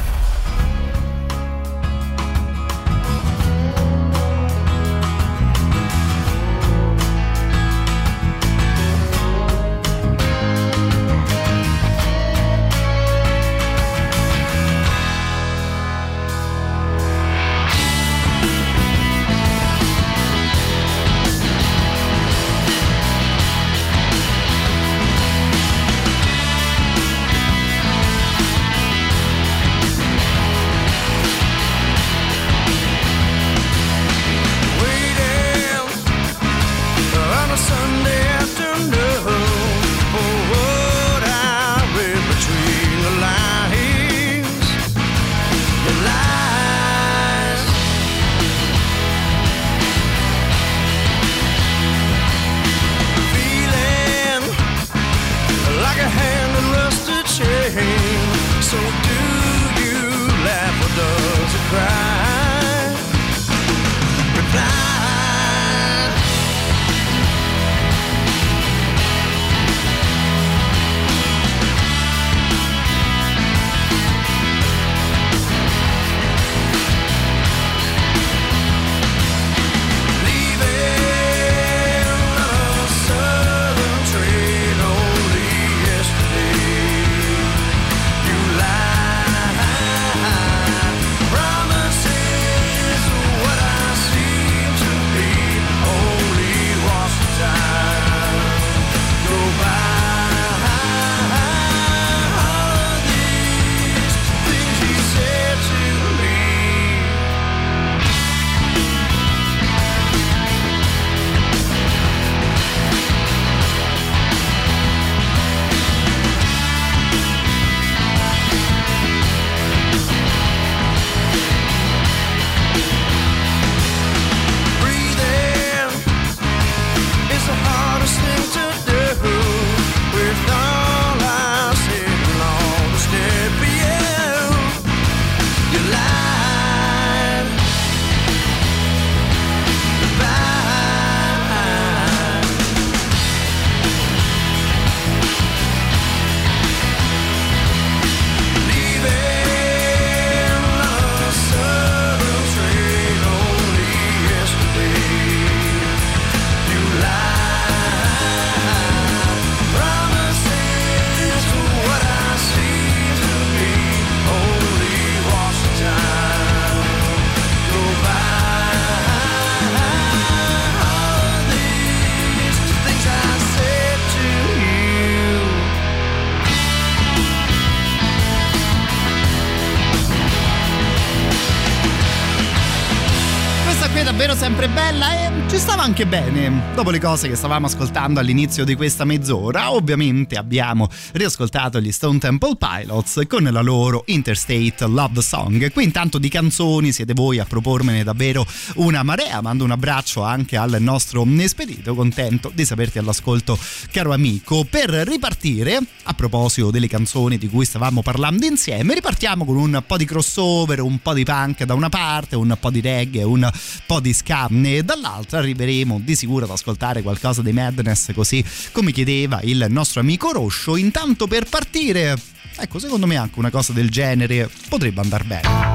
Sempre bella e ci stava anche bene. Dopo le cose che stavamo ascoltando all'inizio di questa mezz'ora, ovviamente abbiamo riascoltato gli Stone Temple Pilots con la loro Interstate Love Song. Qui intanto di canzoni siete voi a propormene davvero una marea. Mando un abbraccio anche al nostro Spedito, contento di saperti all'ascolto, caro amico. Per ripartire, a proposito delle canzoni di cui stavamo parlando insieme, ripartiamo con un po' di crossover, un po' di punk da una parte, un po' di reggae, un po' di ska dall'altra. Arriveremo di sicuro ad ascoltare qualcosa dei Madness, così come chiedeva il nostro amico Roscio. Intanto per partire, ecco, secondo me anche una cosa del genere potrebbe andar bene.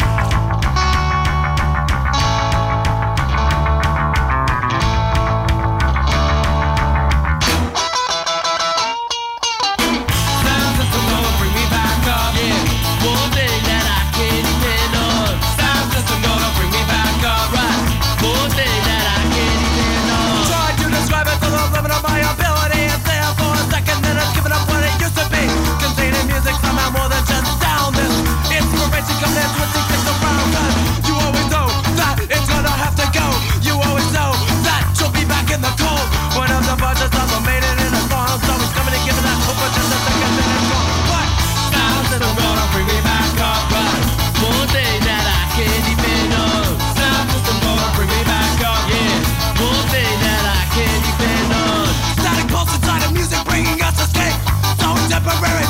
My ability, and therefore a second that I've given up what it used to be.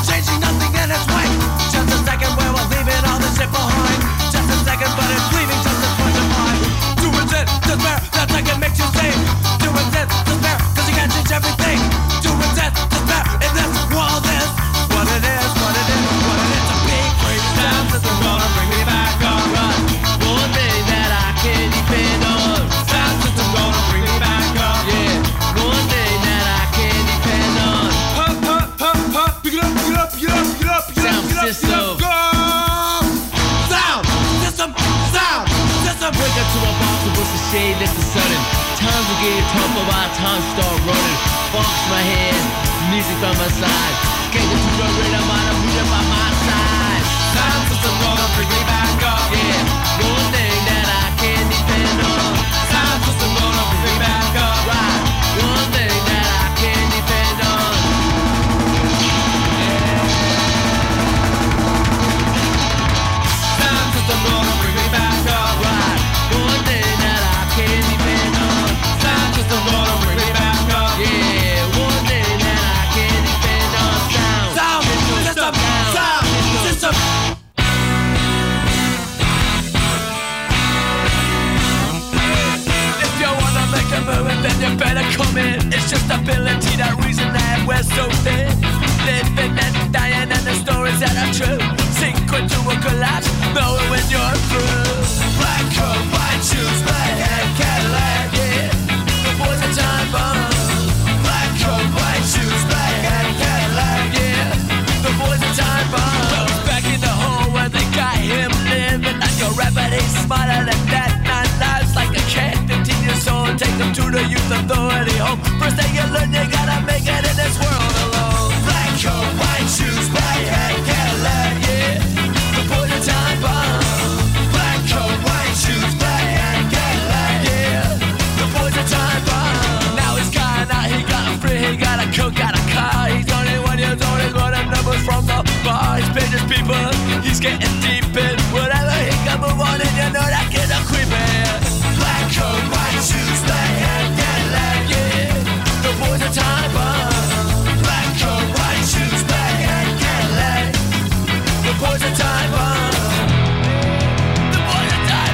changing nothing in its way. Just a second where we're leaving all this shit behind. Just a second, but it's leaving just a twinge of mine. To resist despair, that second makes you sane. To resist despair, cause you can't change everything. To resist despair, in this world is what it is, what it is, what it is. A big great sound system gonna bring me back on. Right. One thing that I can depend on. Sound system gonna bring me back on. Yeah, one thing that I can depend on. Pick it up, pick it up, pick it up, pick it up, pick it up, pick it up, pick it up, go! Sound system, sound system. Wake up to a box of what's the shade that's the sudden. Times will get tough, but by the time start running. Box my head, music by my side. Can't get to the rhythm, I'm moving by my side. Sound system gonna bring me back up. Yeah, one thing that I can depend on. Sound system gonna bring me back up. Right, one thing that I can depend on. Yeah. Sound system gonna bring me back up. Right, one thing that I can depend on. Sound system gonna bring me back up. Yeah, one thing that I can depend on. Sound system, sound system. If you wanna make a move, then you better come in. It's just ability, that reason that we're so thin. Living and dying, and the stories that are true. Sink into a collapse, knowing when you're through. Black coat, white shoes, black hat, Cadillac, yeah. The boys are time bomb. Black coat, white shoes, black hat, Cadillac, yeah. The boys are time bomb. Those back in the hole where they got him living like a rabbit, he's smarter than that. 9 lives like a cat, 15 years old, take them to the youth authority home. First thing you learn, you gotta make it in this world alone. Black coat, white shoes, black hat, Cadillac, yeah. The boys are time bomb. Black coat, white shoes, black hat, Cadillac, yeah. The boys are time bomb. Now he's gone out, he got free, he got a coat, got a car. He's 21 years old, he's running numbers from the bar. He's paid his people, he's getting deep in whatever he can move on, and you know that kid's a creepin'. Black coat, white shoes, black hat, Cadillac, yeah. The boys are time bomb. Black coat, white shoes, black hat, Cadillac. The boys are time bomb. The boys are time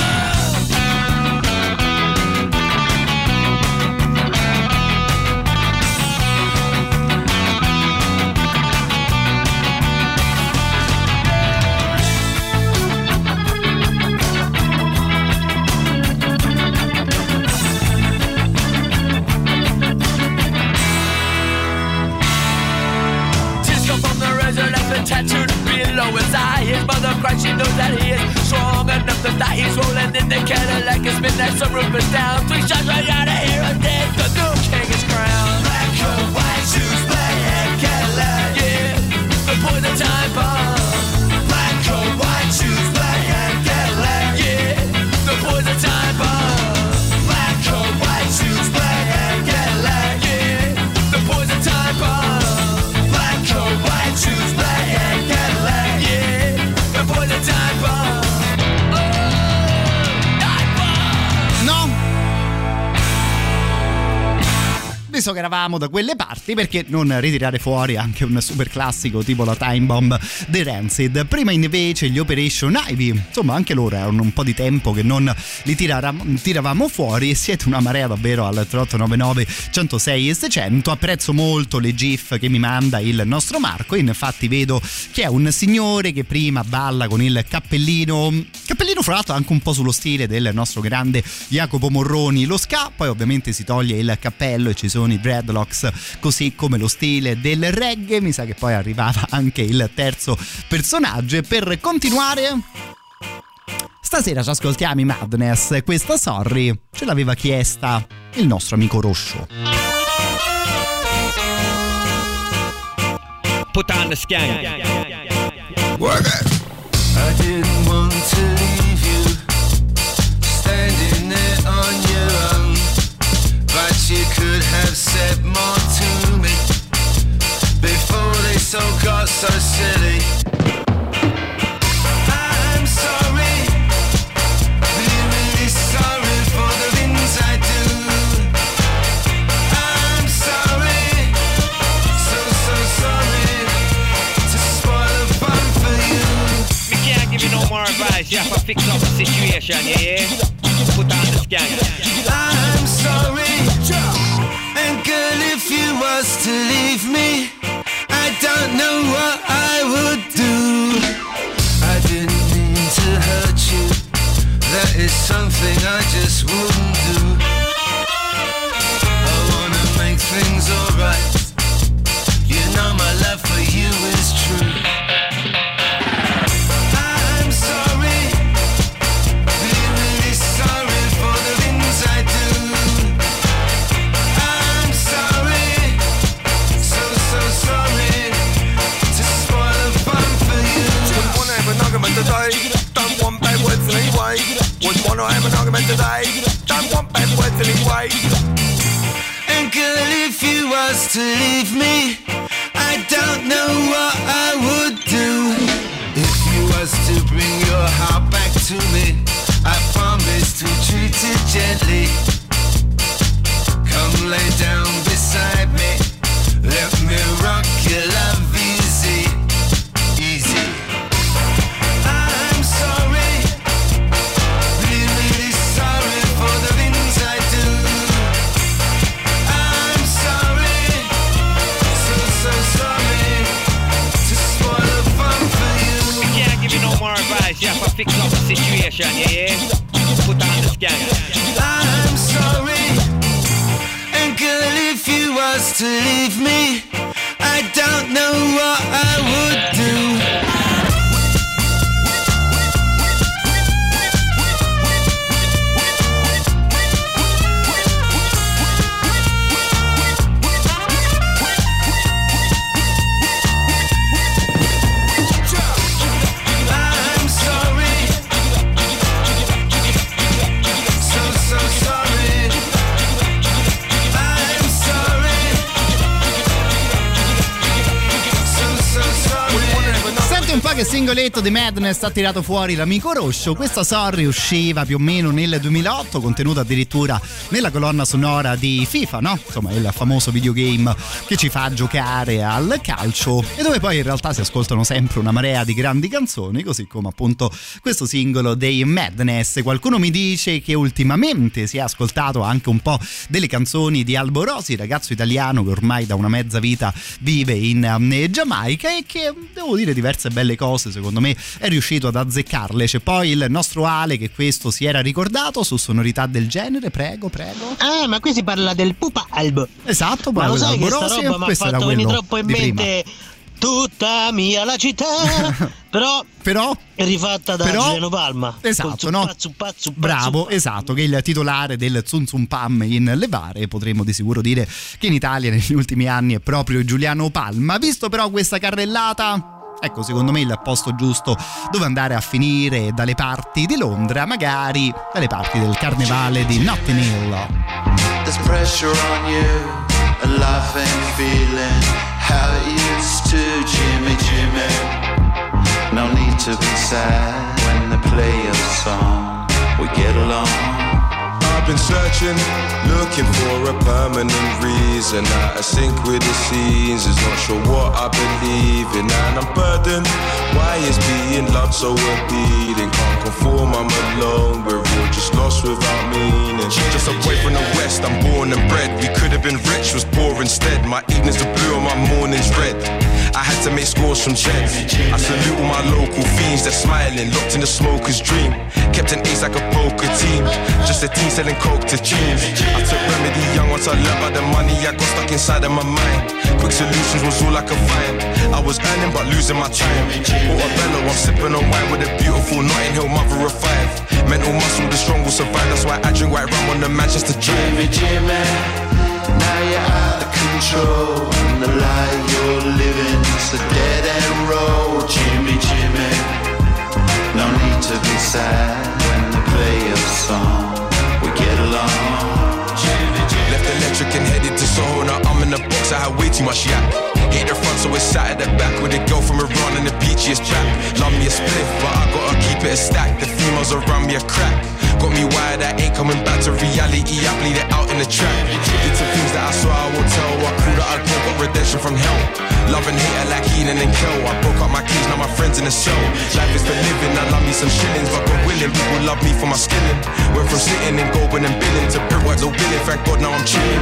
tattooed below his eye. His mother cries, she knows that he is strong enough to die. He's rolling in the Cadillac, his midnight sunroof is down. 3 shots right out of here and dead, the new king is crowned. Black coat, white shoes, black hat, Cadillac, yeah. The boys are time bomb. Black coat, white shoes, black hat, Cadillac, yeah. The boys are time bomb. Black coat, white shoes, black hat, Cadillac, yeah. The boys are time bomb. Black coat, white shoes, black hat, Cadillac, yeah. The boys are time bomb. No! Visto che eravamo da quelle parti, perché non ritirare fuori anche un super classico tipo la Time Bomb dei Rancid? Prima invece gli Operation Ivy, insomma anche loro erano un po' di tempo che non li tiravamo fuori, e siete una marea davvero al 3899 106 e 600. Apprezzo molto le gif che mi manda il nostro Marco, infatti vedo che è un signore che prima balla con il cappellino fra l'altro anche un po' sullo stile del nostro grande Jacopo Morroni, lo ska, poi ovviamente si toglie il cappello e ci sono i dreadlocks, così come lo stile del reggae. Mi sa che poi arrivava anche il terzo personaggio, e per continuare stasera ci ascoltiamo i Madness. Questa Sorry ce l'aveva chiesta il nostro amico Roscio. Put on the skank. Work it. I didn't want to leave you standing there on your own, but you could have said more to me before this all got so silly. I'm sorry, really sorry for the things I do. I'm sorry, so sorry. advice, you have to fix up the situation, yeah? Put on the scan. I'm sorry, and girl, if you was to leave me, I don't know what I would do. I didn't mean to hurt you, that is something I just wouldn't do. I wanna make things alright, you know my love for you is true. I'm sorry, really, really sorry for the things I do. I'm sorry, so sorry to spoil the fun for you. Wouldn't wanna have an argument today, don't want bad words anyway. Wouldn't wanna have an argument today, don't want bad words anyway. And girl, if you was to leave me, I don't know what I would do. If you was to bring your heart back to me, I promise to treat it gently. Come lay down beside me, let me rock your love easy, easy. I'm sorry, really, really sorry for the things I do. I'm sorry, so sorry to spoil the fun for you. We can't give you no more advice, you have to fix up the situation, yeah? Put on the scan. I'm sorry, and girl, if you was to leave me, I don't know what I would do. I'm sorry, so sorry. I'm sorry, so sorry. Senti un po' che singoletto di Madness ha tirato fuori l'amico Roscio. Questa Sorry usciva più o meno nel 2008, contenuta addirittura nella colonna sonora di FIFA, no? Insomma, il famoso videogame che ci fa giocare al calcio e dove poi in realtà si ascoltano sempre una marea di grandi canzoni, così come appunto questo singolo dei Madness. Qualcuno mi dice che ultimamente si è ascoltato anche un po' delle canzoni di Albo Rosi, ragazzo italiano che ormai da una mezza vita vive in Giamaica e che, devo dire, diverse belle cose secondo me è riuscito ad azzeccarle. C'è poi il nostro Ale che questo si era ricordato su sonorità del genere. Prego. Ah, ma qui si parla del pupa Albo. Esatto, ma lo sai che sta roba mi ha questo era fatto venire quello troppo in di mente tutta mia la città. però è rifatta da Giuliano Palma. Esatto, no? Bravo, esatto, che è il titolare del Zum Zum Pam in Levare. Potremmo di sicuro dire che in Italia negli ultimi anni è proprio Giuliano Palma. Visto però questa carrellata, ecco, secondo me il posto giusto dove andare a finire dalle parti di Londra, magari dalle parti del carnevale di Notting Hill. There's pressure on you, a life ain't feeling how it used to, Jimmy. No need to be sad when they play a song, we get along. I've been searching, looking for a permanent reason. Out of sync with the seasons, not sure what I believe in. And I'm burdened, why is being loved so appealing? Can't conform, I'm alone, we're all just lost without meaning. Just away from the west, I'm born and bred. We could have been rich, was poor instead. My evenings are blue and my mornings red. I had to make scores from checks. I salute all my local fiends, they're smiling, locked in the smoker's dream. Kept an ace like a poker team, just a team selling coke to teens. I took remedy young once I learned about the money I got stuck inside of my mind. Quick solutions was all I could find. I was earning but losing my time. Portobello, I'm sipping on wine with a beautiful Notting Hill mother of five. Mental muscle, the strong will survive. That's why I drink white rum on the Manchester Drive. Jimmy, now you're out of control, and the life you're living is a dead end road, Jimmy. No need to be sad when they play a song, we get along. Left electric and headed to Soho. Now I'm in the box, I had way too much yak. Hit the front so it's sat at the back with a girl from Iran and the peachiest chap. Love me a spliff, but I gotta keep it bit of stack, the females around me are crack. Got me wired, I ain't coming back to reality. I bleed it out in the track. Did some things that I swear I won't tell. I cool that I got redemption from hell. Love and hate like Heenan and Kel. I broke up my keys, now my friends in the cell. Life is for living, I love me some shillings, but God willing, people love me for my skilling. Went from sitting and going and billing to brickwork, no billing. Thank God now I'm chilling.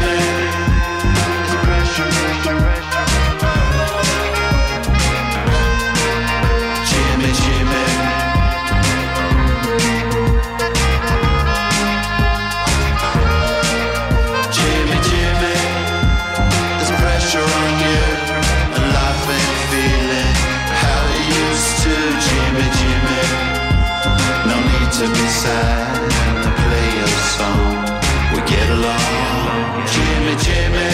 To be sad and play your song, we get along. Jimmy, Jimmy.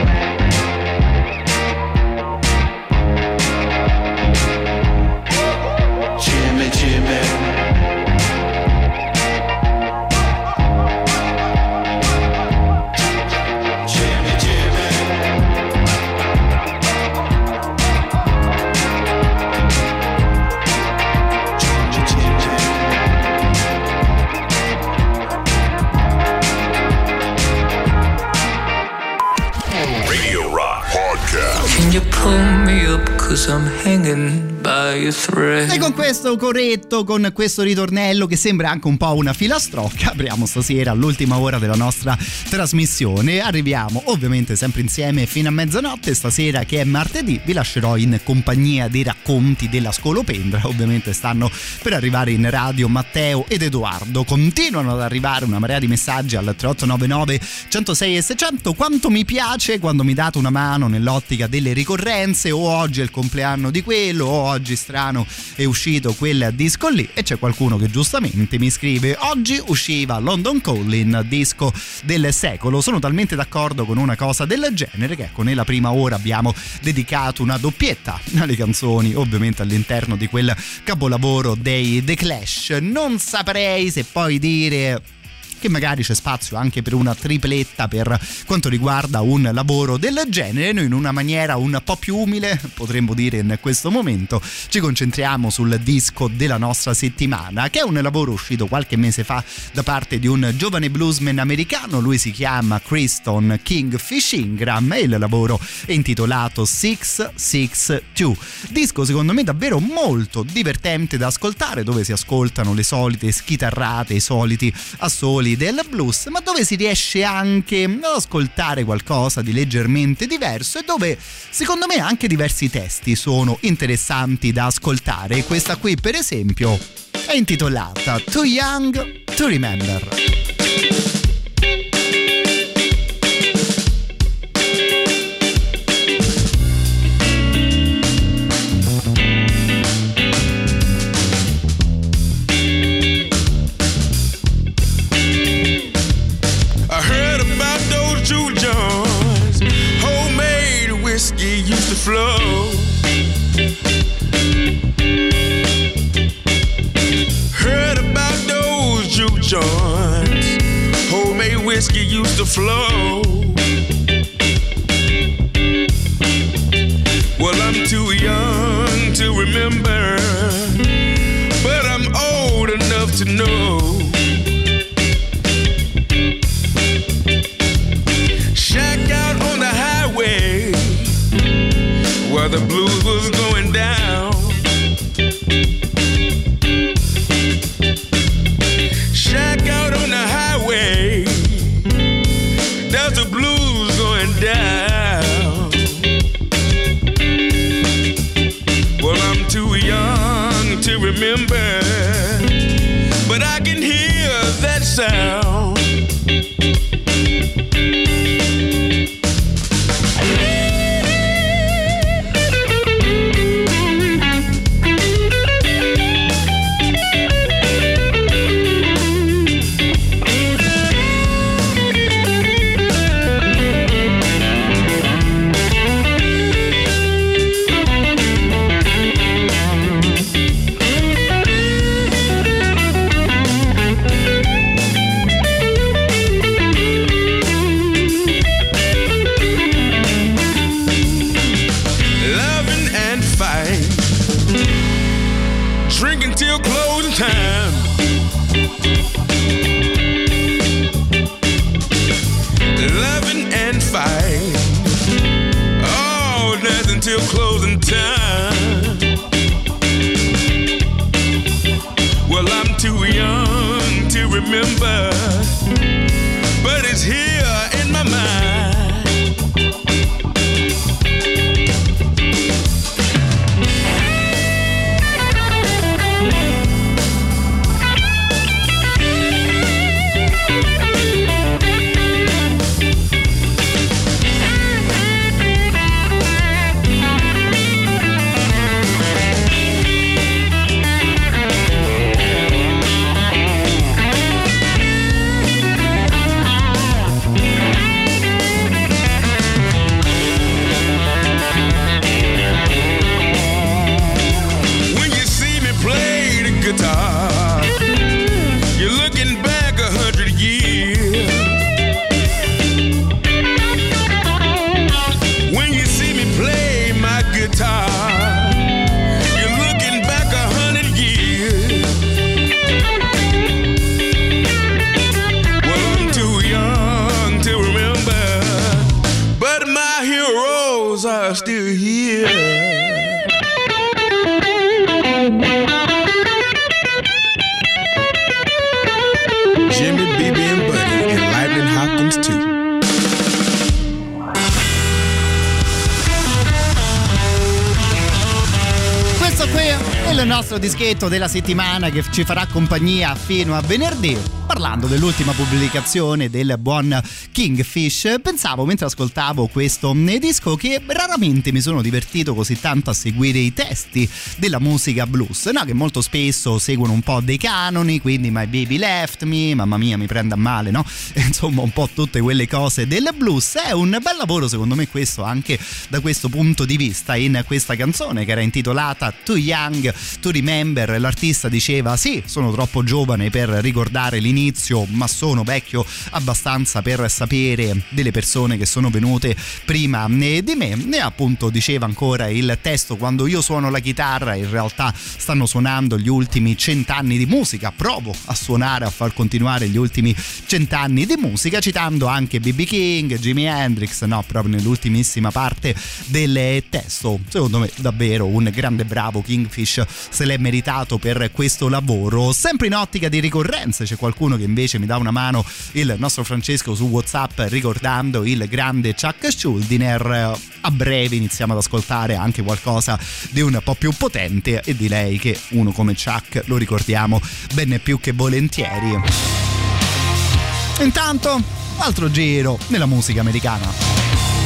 Jimmy, Jimmy. Jimmy, Jimmy. Can you pull me up 'cause I'm hanging by a thread. E con questo coretto, con questo ritornello che sembra anche un po' una filastrocca, apriamo stasera all'ultima ora della nostra trasmissione. Arriviamo ovviamente sempre insieme fino a mezzanotte. Stasera, che è martedì, vi lascerò in compagnia dei racconti della Scolopendra. Ovviamente stanno per arrivare in radio Matteo ed Edoardo. Continuano ad arrivare una marea di messaggi al 3899 106 e 600. Quanto mi piace quando mi date una mano nell'ottica delle ricorrenze, o oggi è il compleanno di quello, o oggi strano è uscito quel disco lì. E c'è qualcuno che giustamente mi scrive: oggi usciva London Calling, disco del secolo. Sono talmente d'accordo con una cosa del genere che ecco, nella prima ora abbiamo dedicato una doppietta alle canzoni, ovviamente all'interno di quel capolavoro dei The Clash. Non saprei se poi dire che magari c'è spazio anche per una tripletta per quanto riguarda un lavoro del genere. Noi in una maniera un po' più umile, potremmo dire in questo momento, ci concentriamo sul disco della nostra settimana, che è un lavoro uscito qualche mese fa da parte di un giovane bluesman americano. Lui si chiama Criston Kingfish Ingram e il lavoro è intitolato 662. Disco secondo me davvero molto divertente da ascoltare, dove si ascoltano le solite schitarrate, i soliti assoli del blues, ma dove si riesce anche ad ascoltare qualcosa di leggermente diverso e dove secondo me anche diversi testi sono interessanti da ascoltare. Questa qui per esempio è intitolata Too Young to Remember. Whiskey used to flow. Heard about those juke joints. Homemade whiskey used to flow. Well, I'm too young to remember, but I'm old enough to know. Shack out on the highway while the blues was going down. Shack out on the highway, there's the blues going down. Well, I'm too young to remember, but I can hear that sound. until closing time. 11 and 5. Oh, that's until closing time. Well, I'm too young to remember, but it's here in my mind. You're looking back 100 years. When you see me play my guitar, you're looking back 100 years. Well, I'm too young to remember, but my heroes are still here. Jimmy, BB and Buddy, and Lightning Hopkins too. Questo qui è il nostro dischetto della settimana che ci farà compagnia fino a venerdì. Parlando dell'ultima pubblicazione del buon Kingfish, pensavo mentre ascoltavo questo disco che raramente mi sono divertito così tanto a seguire i testi della musica blues, no? Che molto spesso seguono un po' dei canoni, quindi My Baby Left Me, mamma mia mi prende a male, no? Insomma un po' tutte quelle cose del blues. È un bel lavoro secondo me questo anche da questo punto di vista. In questa canzone che era intitolata Too Young to Remember, l'artista diceva sì, sono troppo giovane per ricordare l'inizio, ma sono vecchio abbastanza per sapere delle persone che sono venute prima di me. E appunto diceva ancora il testo: quando io suono la chitarra in realtà stanno suonando gli ultimi 100 anni di musica, provo a suonare, a far continuare gli ultimi 100 anni di musica, citando anche B.B. King, Jimi Hendrix, no, proprio nell'ultimissima parte del testo. Secondo me davvero un grande bravo. Kingfish se l'è meritato per questo lavoro. Sempre in ottica di ricorrenze c'è qualcuno che invece mi dà una mano, il nostro Francesco su WhatsApp, ricordando il grande Chuck Schuldiner. A breve iniziamo ad ascoltare anche qualcosa di un po' più potente e direi che uno come Chuck lo ricordiamo ben più che volentieri. Intanto altro giro nella musica americana.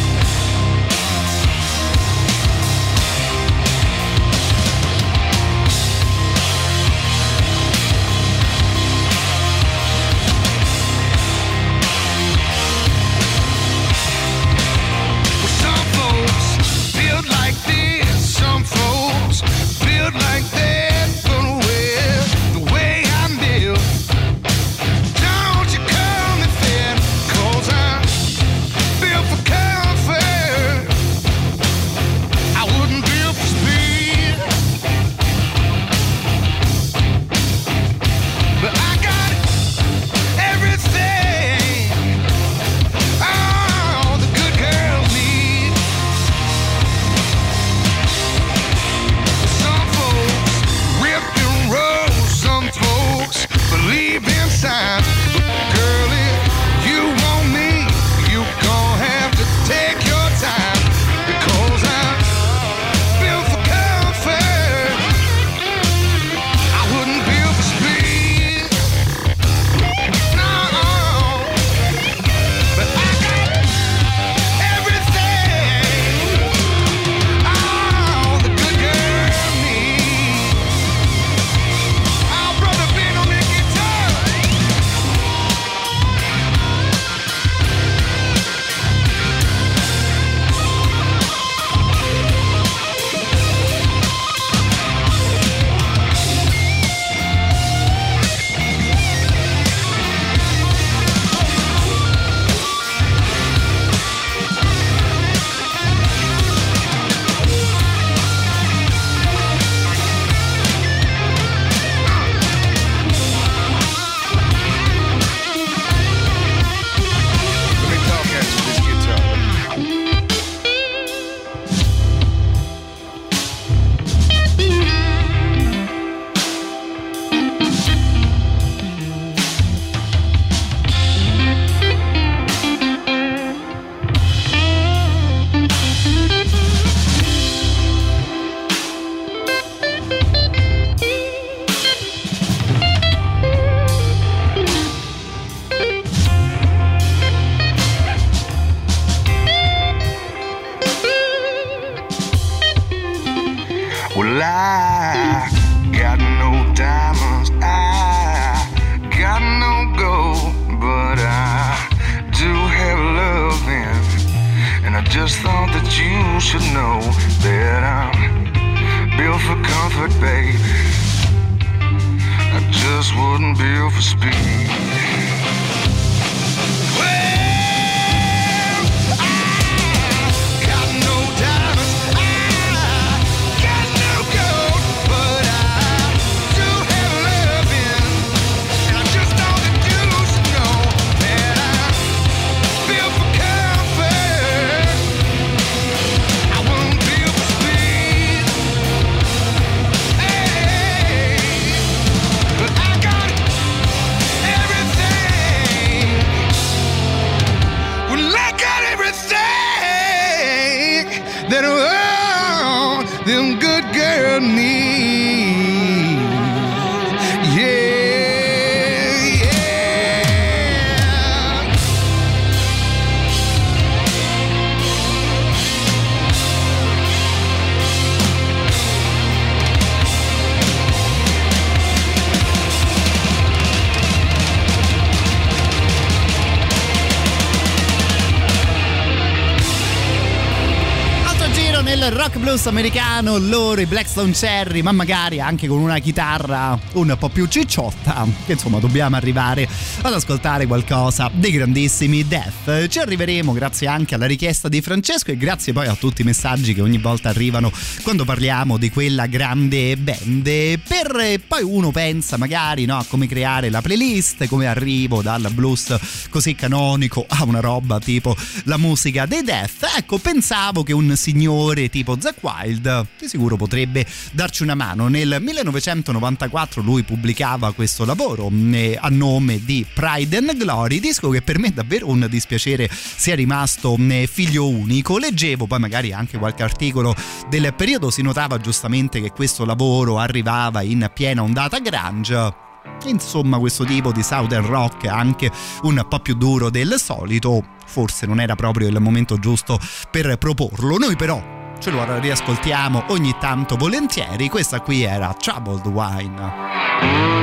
Like they're gonna wear the way I live. Don't you call me fat, 'cause I'm built for I got no diamonds, I got no gold, but I do have loving, and I just thought that you should know that I'm built for comfort, baby. I just wouldn't build for speed. That all them good girl need. Yeah, yeah. Nel rock blues americano, loro i Blackstone Cherry, ma magari anche con una chitarra un po' più cicciotta, che insomma dobbiamo arrivare ad ascoltare qualcosa dei grandissimi Death. Ci arriveremo grazie anche alla richiesta di Francesco e grazie poi a tutti i messaggi che ogni volta arrivano quando parliamo di quella grande band. Per poi uno pensa magari, no, a come creare la playlist, come arrivo dal blues così canonico a una roba tipo la musica dei Death. Ecco, pensavo che un signore tipo Zakk Wylde di sicuro potrebbe darci una mano. Nel 1994 lui pubblicava questo lavoro a nome di Pride and Glory, disco che per me è davvero un dispiacere sia rimasto figlio unico. Leggevo poi magari anche qualche articolo del periodo, si notava giustamente che questo lavoro arrivava in piena ondata grunge. Insomma, questo tipo di southern rock anche un po' più duro del solito, forse non era proprio il momento giusto per proporlo. Noi però ce lo riascoltiamo ogni tanto volentieri. Questa qui era Troubled Wine.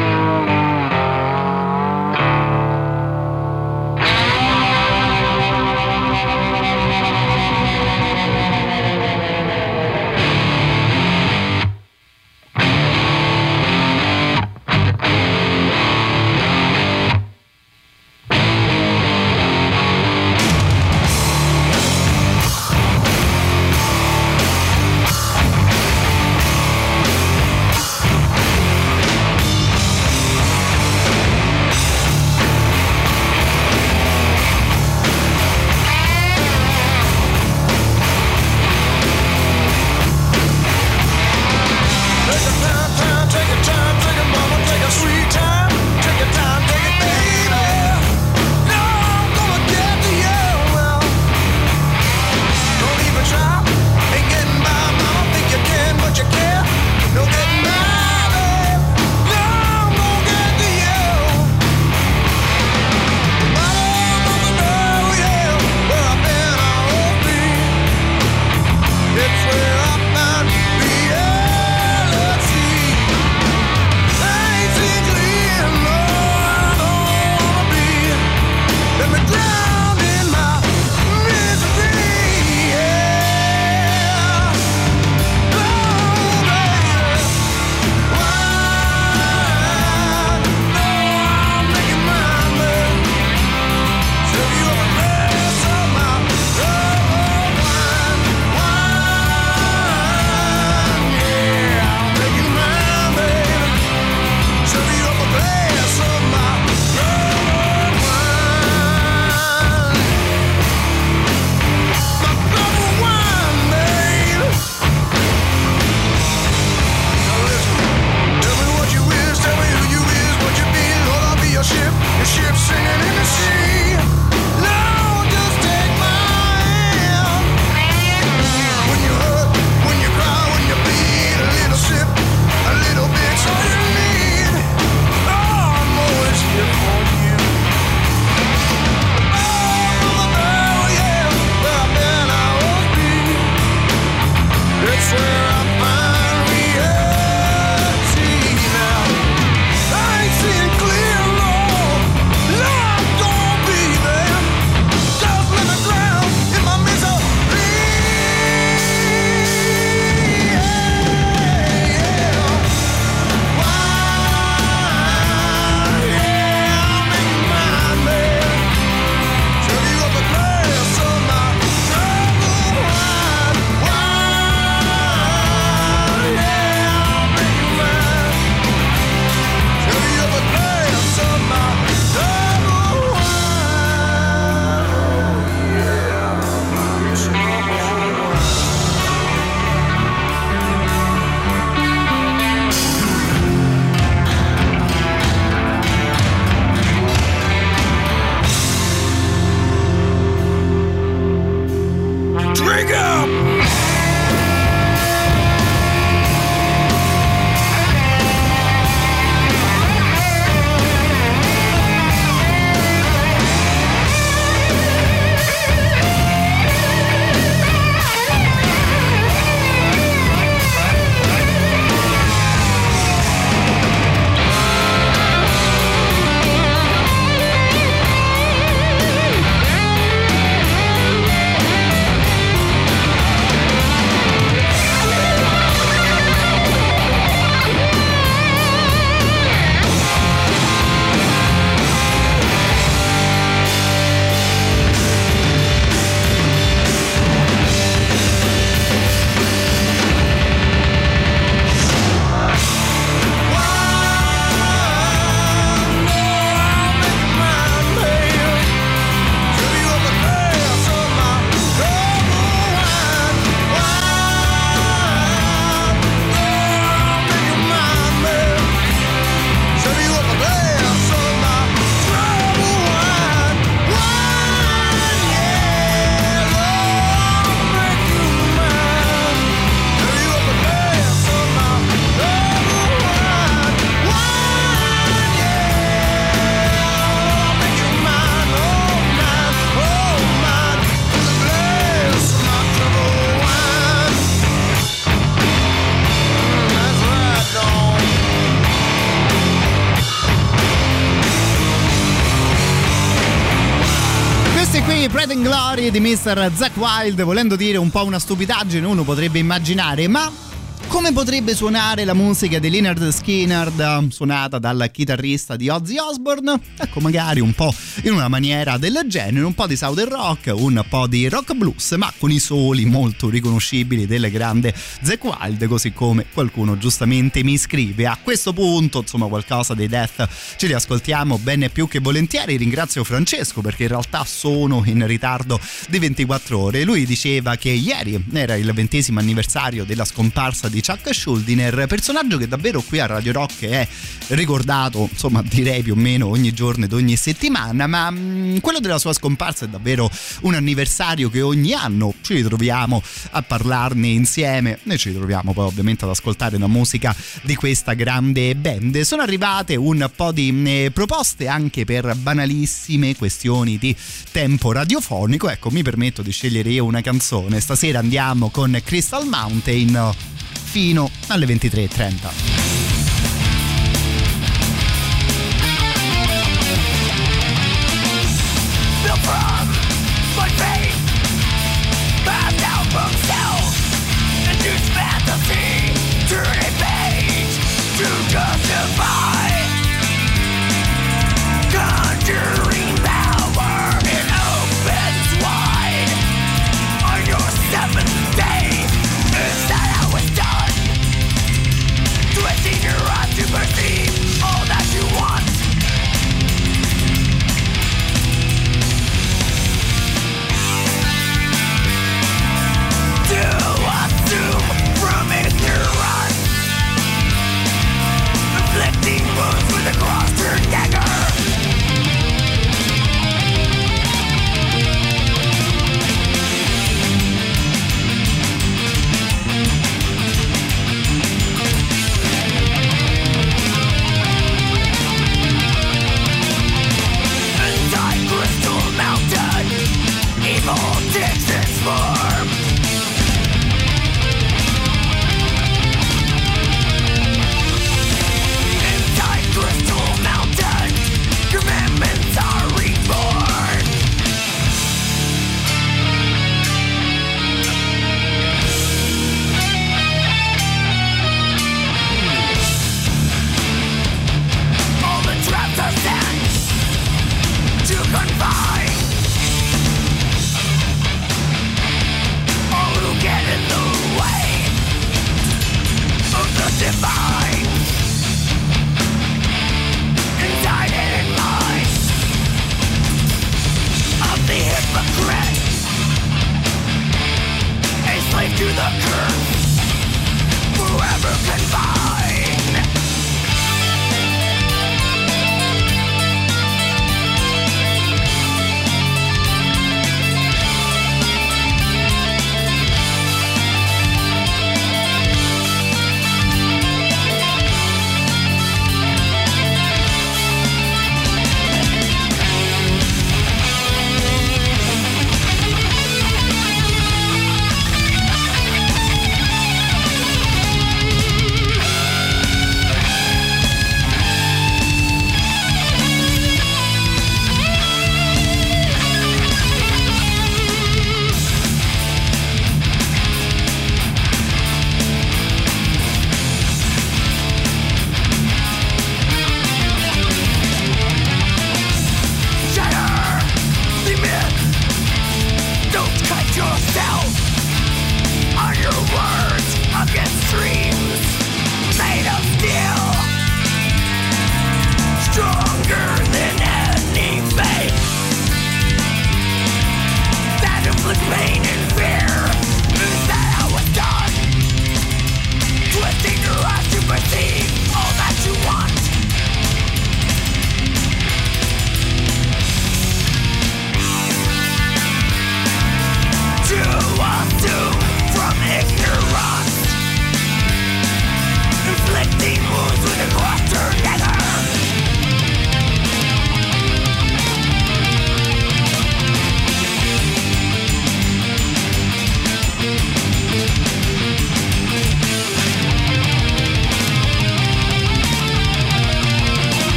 The Pride and Glory di Mr. Zakk Wylde, volendo dire un po' una stupidaggine, uno potrebbe immaginare, ma come potrebbe suonare la musica di Lynyrd Skynyrd suonata dal chitarrista di Ozzy Osbourne? Ecco, magari un po' in una maniera del genere, un po' di southern rock, un po' di rock blues, ma con i soli molto riconoscibili del grande Zakk Wylde, così come qualcuno giustamente mi scrive. A questo punto, insomma, qualcosa dei Death ce li ascoltiamo bene più che volentieri. Ringrazio Francesco perché in realtà sono in ritardo di 24 ore. Lui diceva che ieri era il 20° anniversario della scomparsa di Chuck Schuldiner, personaggio che davvero qui a Radio Rock è ricordato, insomma, direi più o meno ogni giorno ed ogni settimana, ma quello della sua scomparsa è davvero un anniversario che ogni anno ci ritroviamo a parlarne insieme e ci ritroviamo poi ovviamente ad ascoltare la musica di questa grande band. Sono arrivate un po' di proposte anche per banalissime questioni di tempo radiofonico. Ecco, mi permetto di scegliere io una canzone. Stasera andiamo con Crystal Mountain fino alle 23:30. Seventh day, is that how it's done?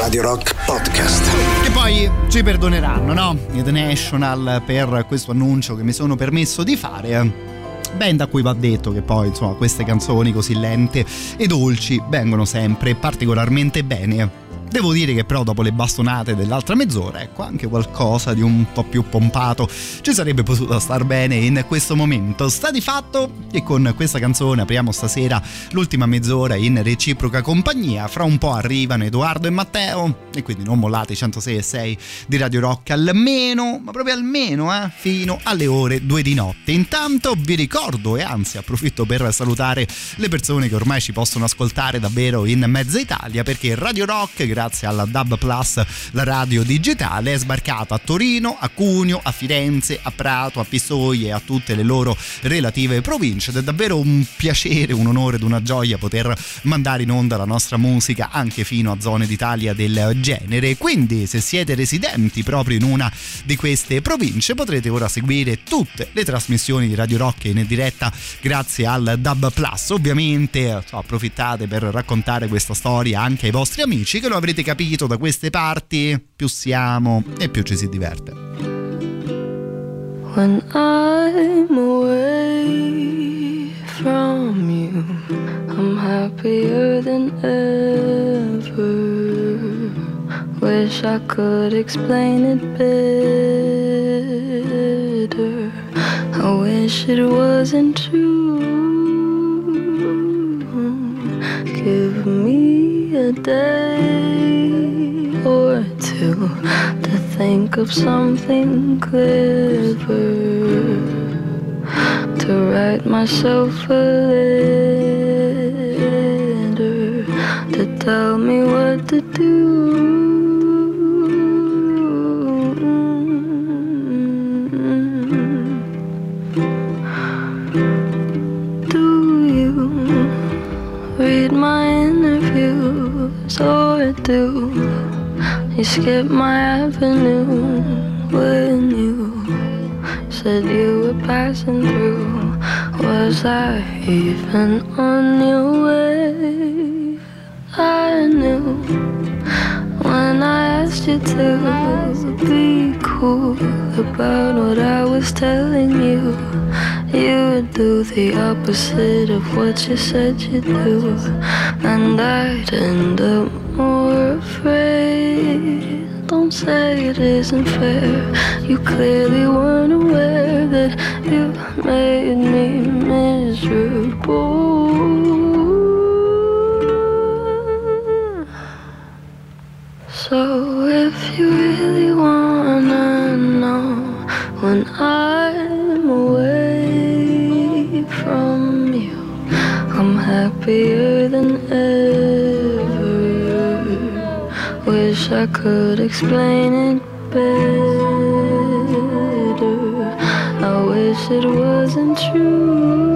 Radio Rock Podcast. Che poi ci perdoneranno, no? I The National per questo annuncio che mi sono permesso di fare. Band a cui va detto che poi, insomma, queste canzoni così lente e dolci vengono sempre particolarmente bene. Devo dire che però dopo le bastonate dell'altra mezz'ora, ecco, anche qualcosa di un po' più pompato ci sarebbe potuto star bene in questo momento. Sta di fatto che con questa canzone apriamo stasera l'ultima mezz'ora in reciproca compagnia. Fra un po' arrivano Edoardo e Matteo e quindi non mollate i 106.6 di Radio Rock almeno, ma proprio almeno, fino alle ore 2 di notte. Intanto vi ricordo, e anzi approfitto per salutare le persone che ormai ci possono ascoltare davvero in mezza Italia, perché Radio Rock, grazie alla DAB Plus, la radio digitale, è sbarcata a Torino, a Cuneo, a Firenze, a Prato, a Pistoia e a tutte le loro relative province, ed è davvero un piacere, un onore ed una gioia poter mandare in onda la nostra musica anche fino a zone d'Italia del genere. Quindi se siete residenti proprio in una di queste province potrete ora seguire tutte le trasmissioni di Radio Rock in diretta grazie al DAB Plus. Ovviamente approfittate per raccontare questa storia anche ai vostri amici, che lo avrete capito, da queste parti più siamo e più ci si diverte. When I'm away from you, I'm happier than ever. Wish I could explain it better. I wish it wasn't true. Give me a day or two to think of something clever, to write myself a letter, to tell me what to do. Read my interviews, or do you skip my avenue when you said you were passing through? Was I even on your way? I knew when I asked you to be cool about what I was telling you. You would do the opposite of what you said you'd do, and I'd end up more afraid. Don't say it isn't fair. You clearly weren't aware that you made me miserable. So if you really wanna know when I'm away from you, I'm happier than ever. Wish I could explain it better. I wish it wasn't true.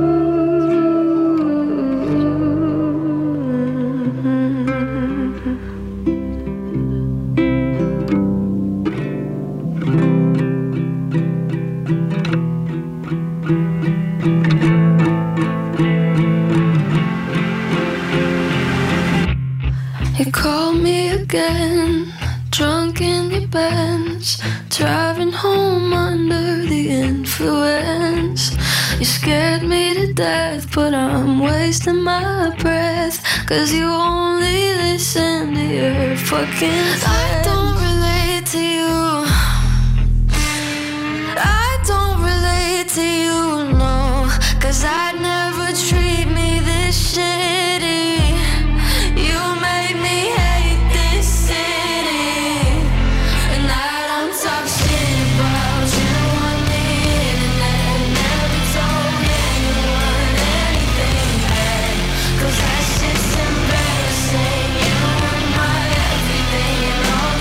You called me again, drunk in your Benz, driving home under the influence. You scared me to death, but I'm wasting my breath, 'cause you only listen to your fucking friends. I don't relate to you, I don't relate to you, no, 'cause I'd never treat me this shitty. You made me hate this city, and I don't talk shit about you on the internet. Never told anyone anything bad, 'cause that shit's embarrassing. You were my everything, and all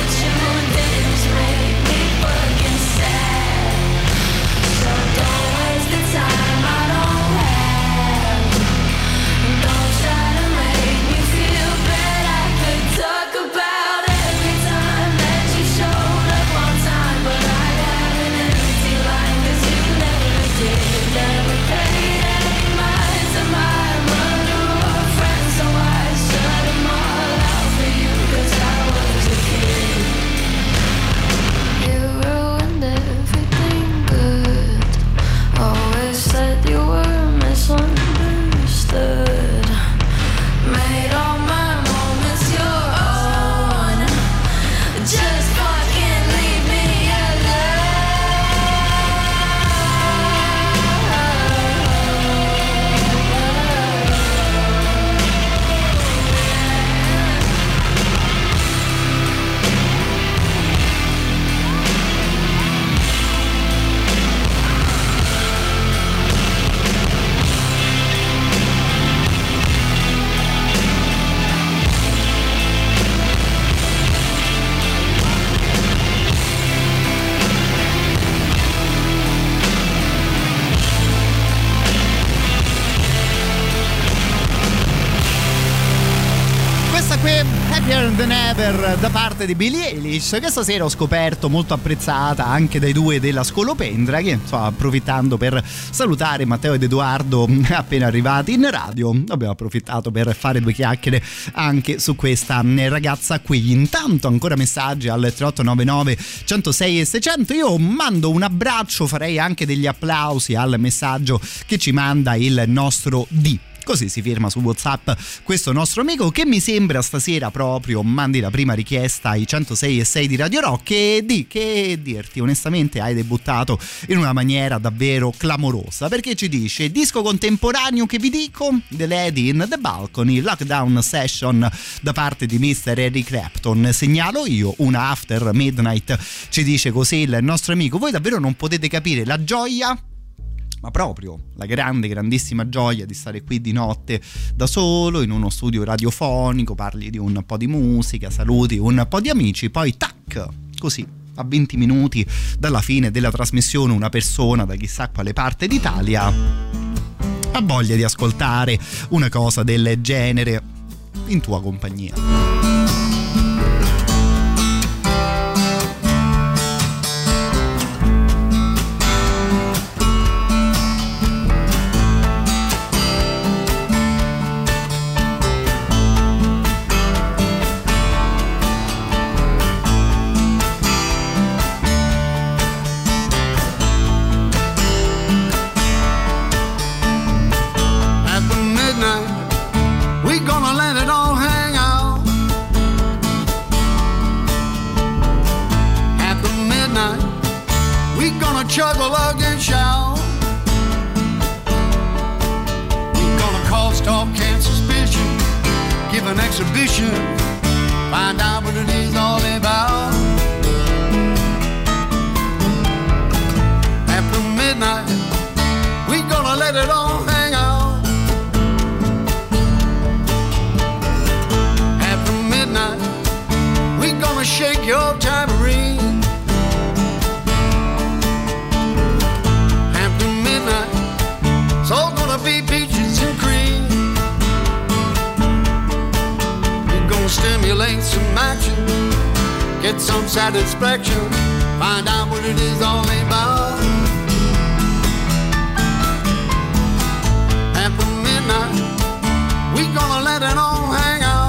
Better Than Ever da parte di Billie Eilish, che stasera ho scoperto molto apprezzata anche dai due della Scolopendra, che sto approfittando per salutare Matteo ed Edoardo appena arrivati in radio. Abbiamo approfittato per fare due chiacchiere anche su questa ragazza qui. Intanto ancora messaggi al 3899 106 e 600. Io mando un abbraccio, farei anche degli applausi al messaggio che ci manda il nostro D. Così si firma su WhatsApp questo nostro amico, che mi sembra stasera proprio mandi la prima richiesta ai 106 e 6 di Radio Rock. E che dirti, onestamente hai debuttato in una maniera davvero clamorosa, perché ci dice: disco contemporaneo che vi dico, The Lady in the Balcony, Lockdown Session da parte di Mr. Eric Clapton. Segnalo io una After Midnight, ci dice così il nostro amico. Voi davvero non potete capire la gioia, ma proprio la grandissima gioia di stare qui di notte da solo in uno studio radiofonico, parli di un po' di musica, saluti un po' di amici, poi tac, così a 20 minuti dalla fine della trasmissione una persona da chissà quale parte d'Italia ha voglia di ascoltare una cosa del genere in tua compagnia. Chug a lug and shout. We're gonna cause talk and suspicion, give an exhibition, find out what it is all about. After midnight, we're gonna let it all hang out. After midnight, we're gonna shake your tambourine. It's all gonna be peaches and cream. We're gonna stimulate some action, get some satisfaction, find out what it is all about. After midnight, we're gonna let it all hang out.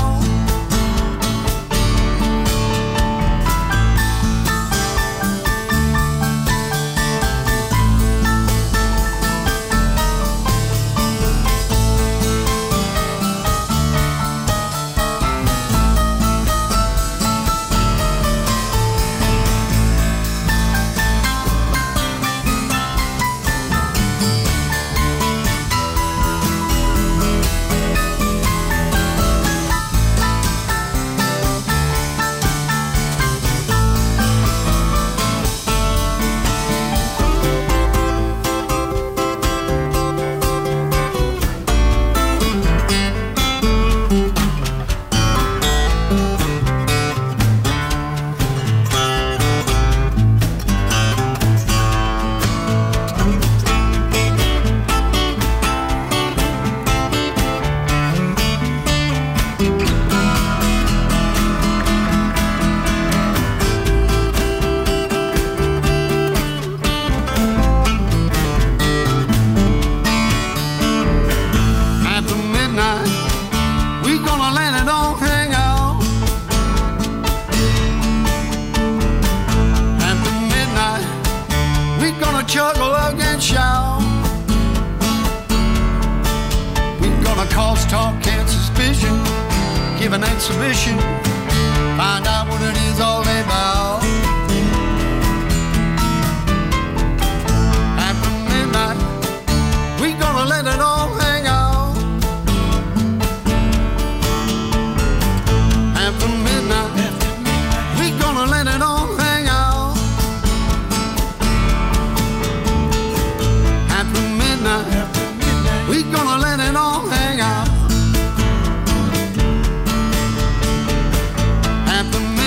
An exhibition, find out what it is all about. After midnight, we gonna let it all hang out. After midnight, we gonna let it all hang out. After midnight, we gonna let it all hang out. After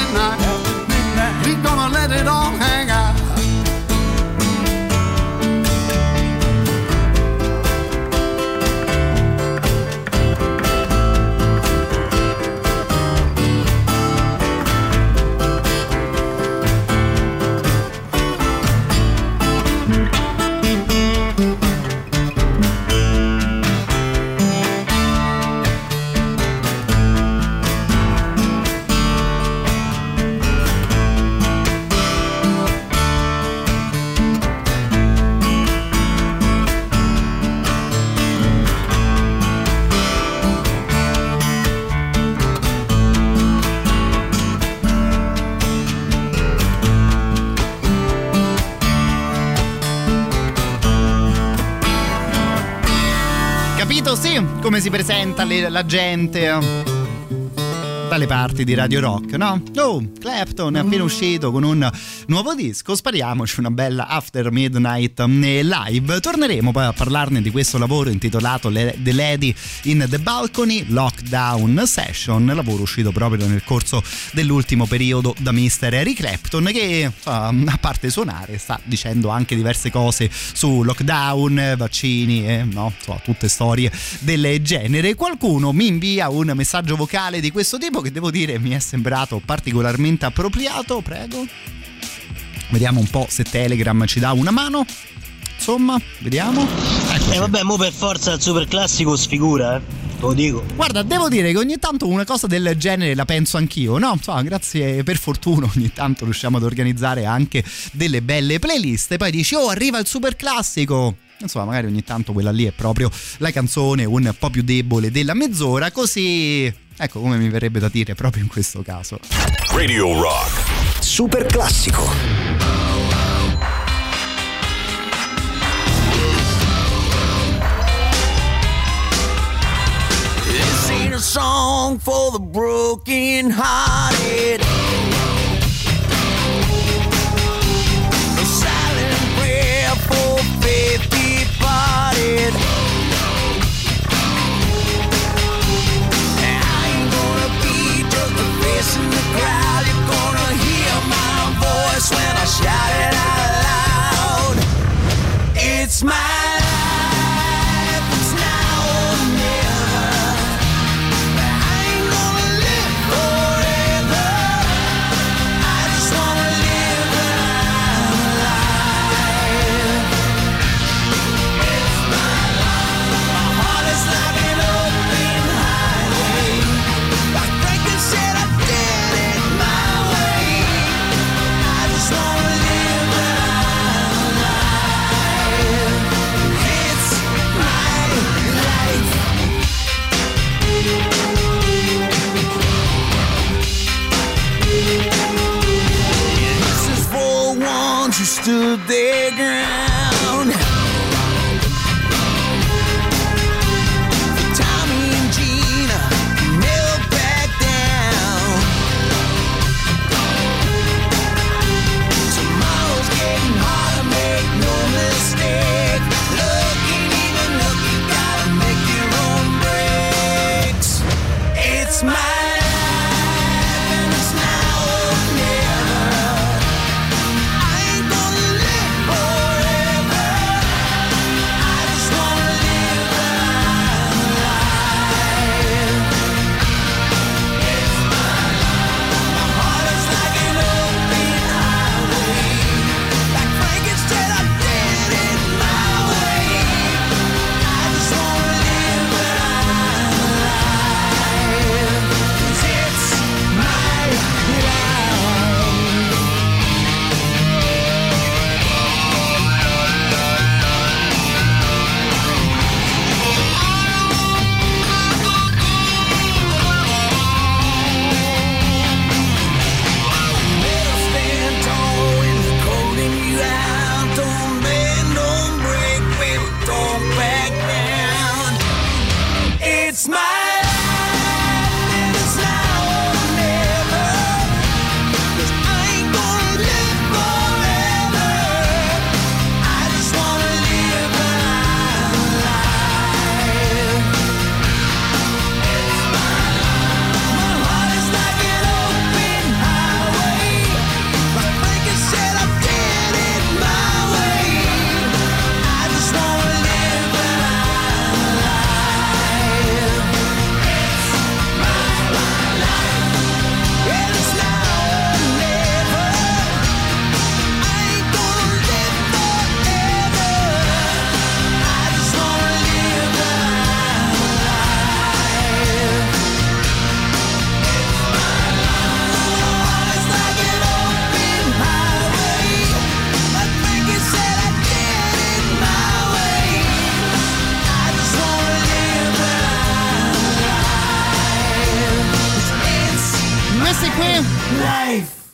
proprio sì, come si presenta la gente dalle parti di Radio Rock, no? Oh, Clapton è appena uscito con un nuovo disco, spariamoci una bella After Midnight live. Torneremo poi a parlarne di questo lavoro intitolato The Lady in the Balcony Lockdown Session, lavoro uscito proprio nel corso dell'ultimo periodo da Mr. Eric Clapton, che a parte suonare sta dicendo anche diverse cose su lockdown, vaccini e no, insomma, tutte storie del genere. Qualcuno mi invia un messaggio vocale di questo tipo che devo dire mi è sembrato particolarmente appropriato. Prego, vediamo un po' se Telegram ci dà una mano. Insomma, vediamo. Vabbè, mo per forza il super classico sfigura, lo dico. Guarda, devo dire che ogni tanto una cosa del genere la penso anch'io, no? Insomma, grazie, per fortuna ogni tanto riusciamo ad organizzare anche delle belle playlist. Poi dici, oh, arriva il super classico. Insomma, magari ogni tanto quella lì è proprio la canzone un po' più debole della mezz'ora, così, ecco, come mi verrebbe da dire proprio in questo caso. Radio Rock Super classico. This ain't a song for the broken hearted. A silent prayer for faith departed. I ain't gonna be just a face in the crowd. You're gonna hear my voice when I shout it out loud. It's my life, it's now or never. I ain't gonna live forever. I just wanna live when I'm alive. It's my life. My heart is like an open highway. Like Franklin said, I did it my way. I just wanna live when I'm alive. It's my life. This is for the ones who stood their ground. For Tommy and Gina, who never back down. Tomorrow's getting harder, make no mistake. Look, ain't even look, you gotta make your own breaks. It's my life, and it's now or never. I ain't gonna live forever. I just wanna live when I'm alive. It's my life. My heart is like an open highway. Like Frankenstein, I did it my way. I just wanna live when I'm alive. 'Cause it's my life. Better stand tall when they're calling you out. Don't bend, don't break, baby, don't back down. It's my life, and it's now or never. 'Cause I ain't gonna live forever. I just wanna live when I'm alive. It's my life. My heart is like an open highway. Like Franklin said, I did it my way. I just wanna live when I'm alive. It's my life, and it's now or never. I ain't gonna live forever. I just wanna live when I'm alive. It's my life. It's like an open highway. Like Frankie said, I did it my way. I just wanna live when I'm alive. It's Questi qui life.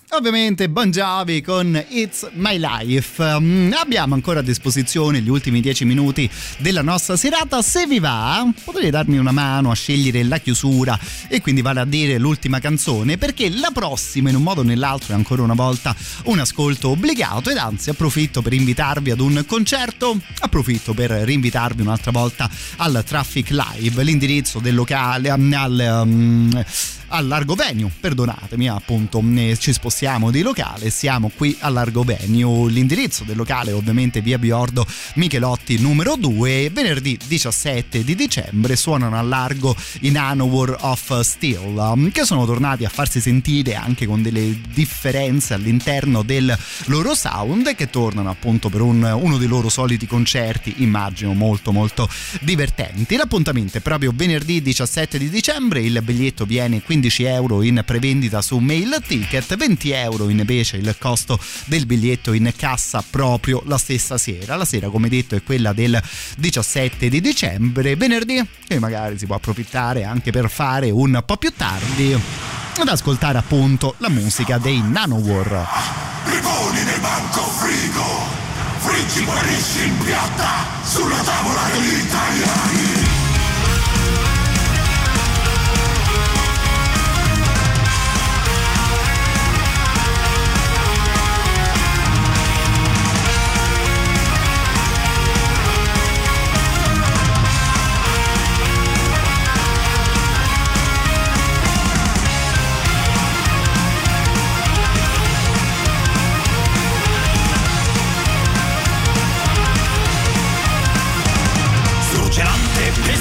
ovviamente Bon Jovi con It's My Life. Abbiamo ancora a disposizione gli ultimi 10 minuti della nostra serata. Se vi va, potrete darmi una mano a scegliere la chiusura e quindi vale a dire l'ultima canzone, perché la prossima in un modo o nell'altro è ancora una volta un ascolto obbligato, ed anzi approfitto per invitarvi ad un concerto, approfitto per rinvitarvi un'altra volta al Traffic Live, l'indirizzo del locale al Largo Venue, perdonatemi, appunto ci spostiamo di locale, siamo qui al Largo Venue, l'indirizzo del locale ovviamente via Biordo Michelotti numero 2. Venerdì 17 di dicembre suonano al Largo i Nanowar of Steel, che sono tornati a farsi sentire anche con delle differenze all'interno del loro sound, e che tornano appunto per uno dei loro soliti concerti, immagino molto molto divertenti. L'appuntamento è proprio venerdì 17 di dicembre, il biglietto viene 15 euro in prevendita su Mail Ticket, 20 euro invece il costo del biglietto in cassa proprio la stessa sera. La sera, come detto, è quella del 17 di dicembre, venerdì, e magari si può approfittare anche per fare un po' più tardi ad ascoltare appunto la musica dei Nanowar. Riponi nel banco frigo, friggi poi risci in piatta sulla tavola degli italiani. Gelante,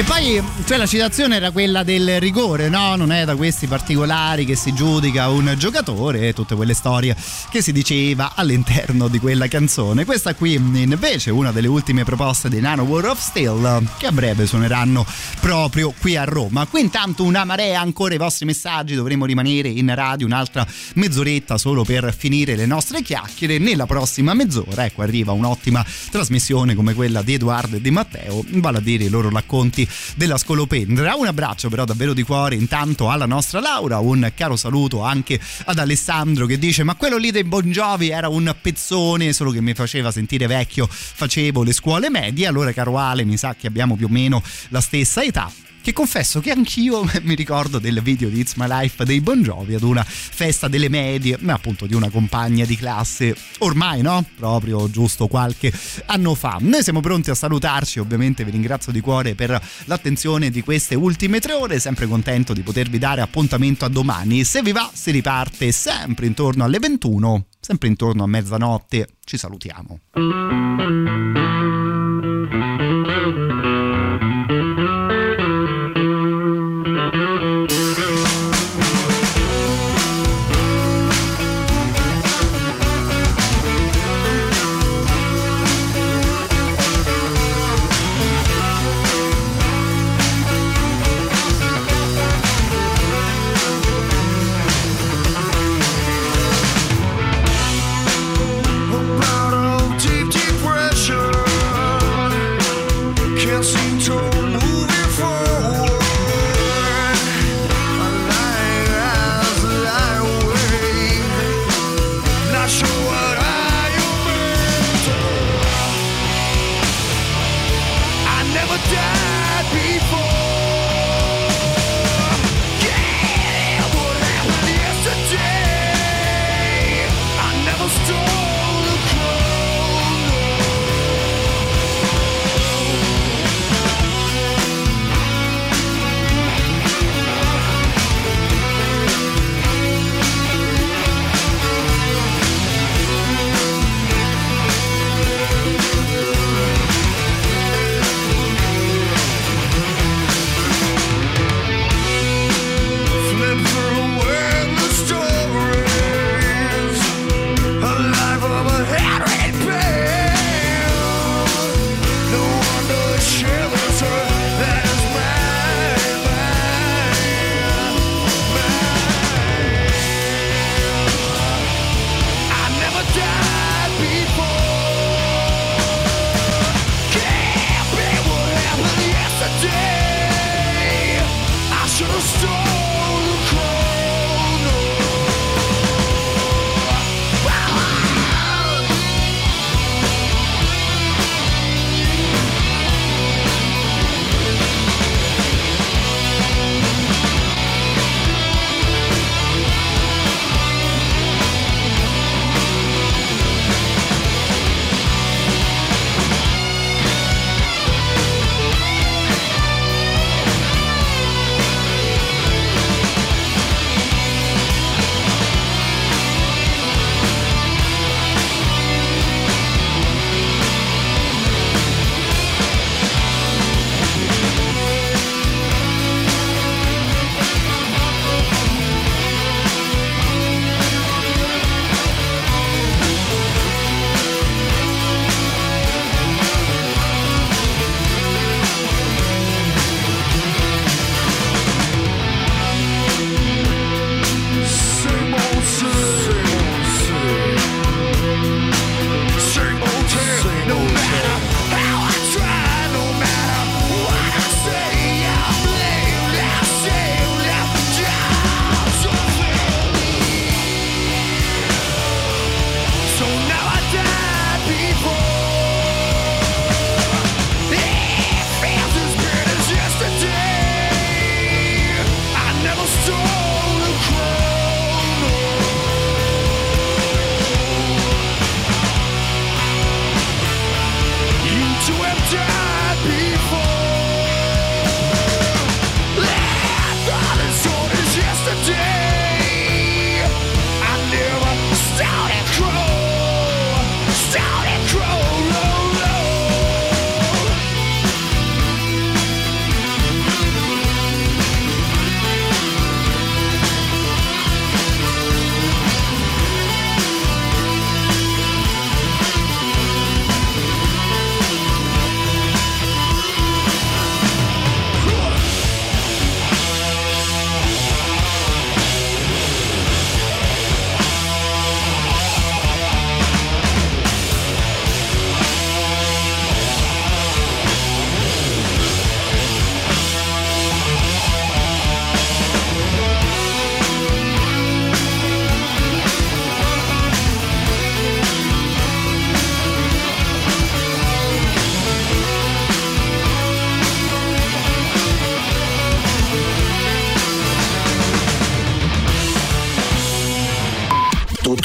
Che poi, cioè, la citazione era quella del rigore, no? Non è da questi particolari che si giudica un giocatore e tutte quelle storie che si diceva all'interno di quella canzone. Questa qui invece è una delle ultime proposte dei Nanowar of Steel, che a breve suoneranno proprio qui a Roma. Qui intanto una marea ancora i vostri messaggi, dovremo rimanere in radio un'altra mezz'oretta solo per finire le nostre chiacchiere. Nella prossima mezz'ora, ecco, arriva un'ottima trasmissione come quella di Edoardo e di Matteo, vale a dire i loro racconti della scolopendra. Un abbraccio però davvero di cuore intanto alla nostra Laura, un caro saluto anche ad Alessandro che dice: ma quello lì dei Bon Jovi era un pezzone, solo che mi faceva sentire vecchio, facevo le scuole medie. Allora, caro Ale, mi sa che abbiamo più o meno la stessa età, che confesso che anch'io mi ricordo del video di It's My Life dei Bon Jovi ad una festa delle medie, ma appunto di una compagna di classe, ormai, no? Proprio giusto qualche anno fa. Noi siamo pronti a salutarci, ovviamente vi ringrazio di cuore per l'attenzione di queste ultime 3 ore, sempre contento di potervi dare appuntamento a domani. Se vi va, si riparte sempre intorno alle 21, sempre intorno a mezzanotte. Ci salutiamo.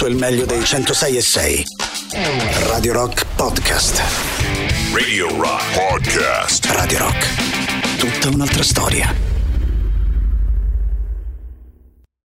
ascoltato il meglio dei 106.6. Radio Rock Podcast. Radio Rock Podcast. Radio Rock. Tutta un'altra storia.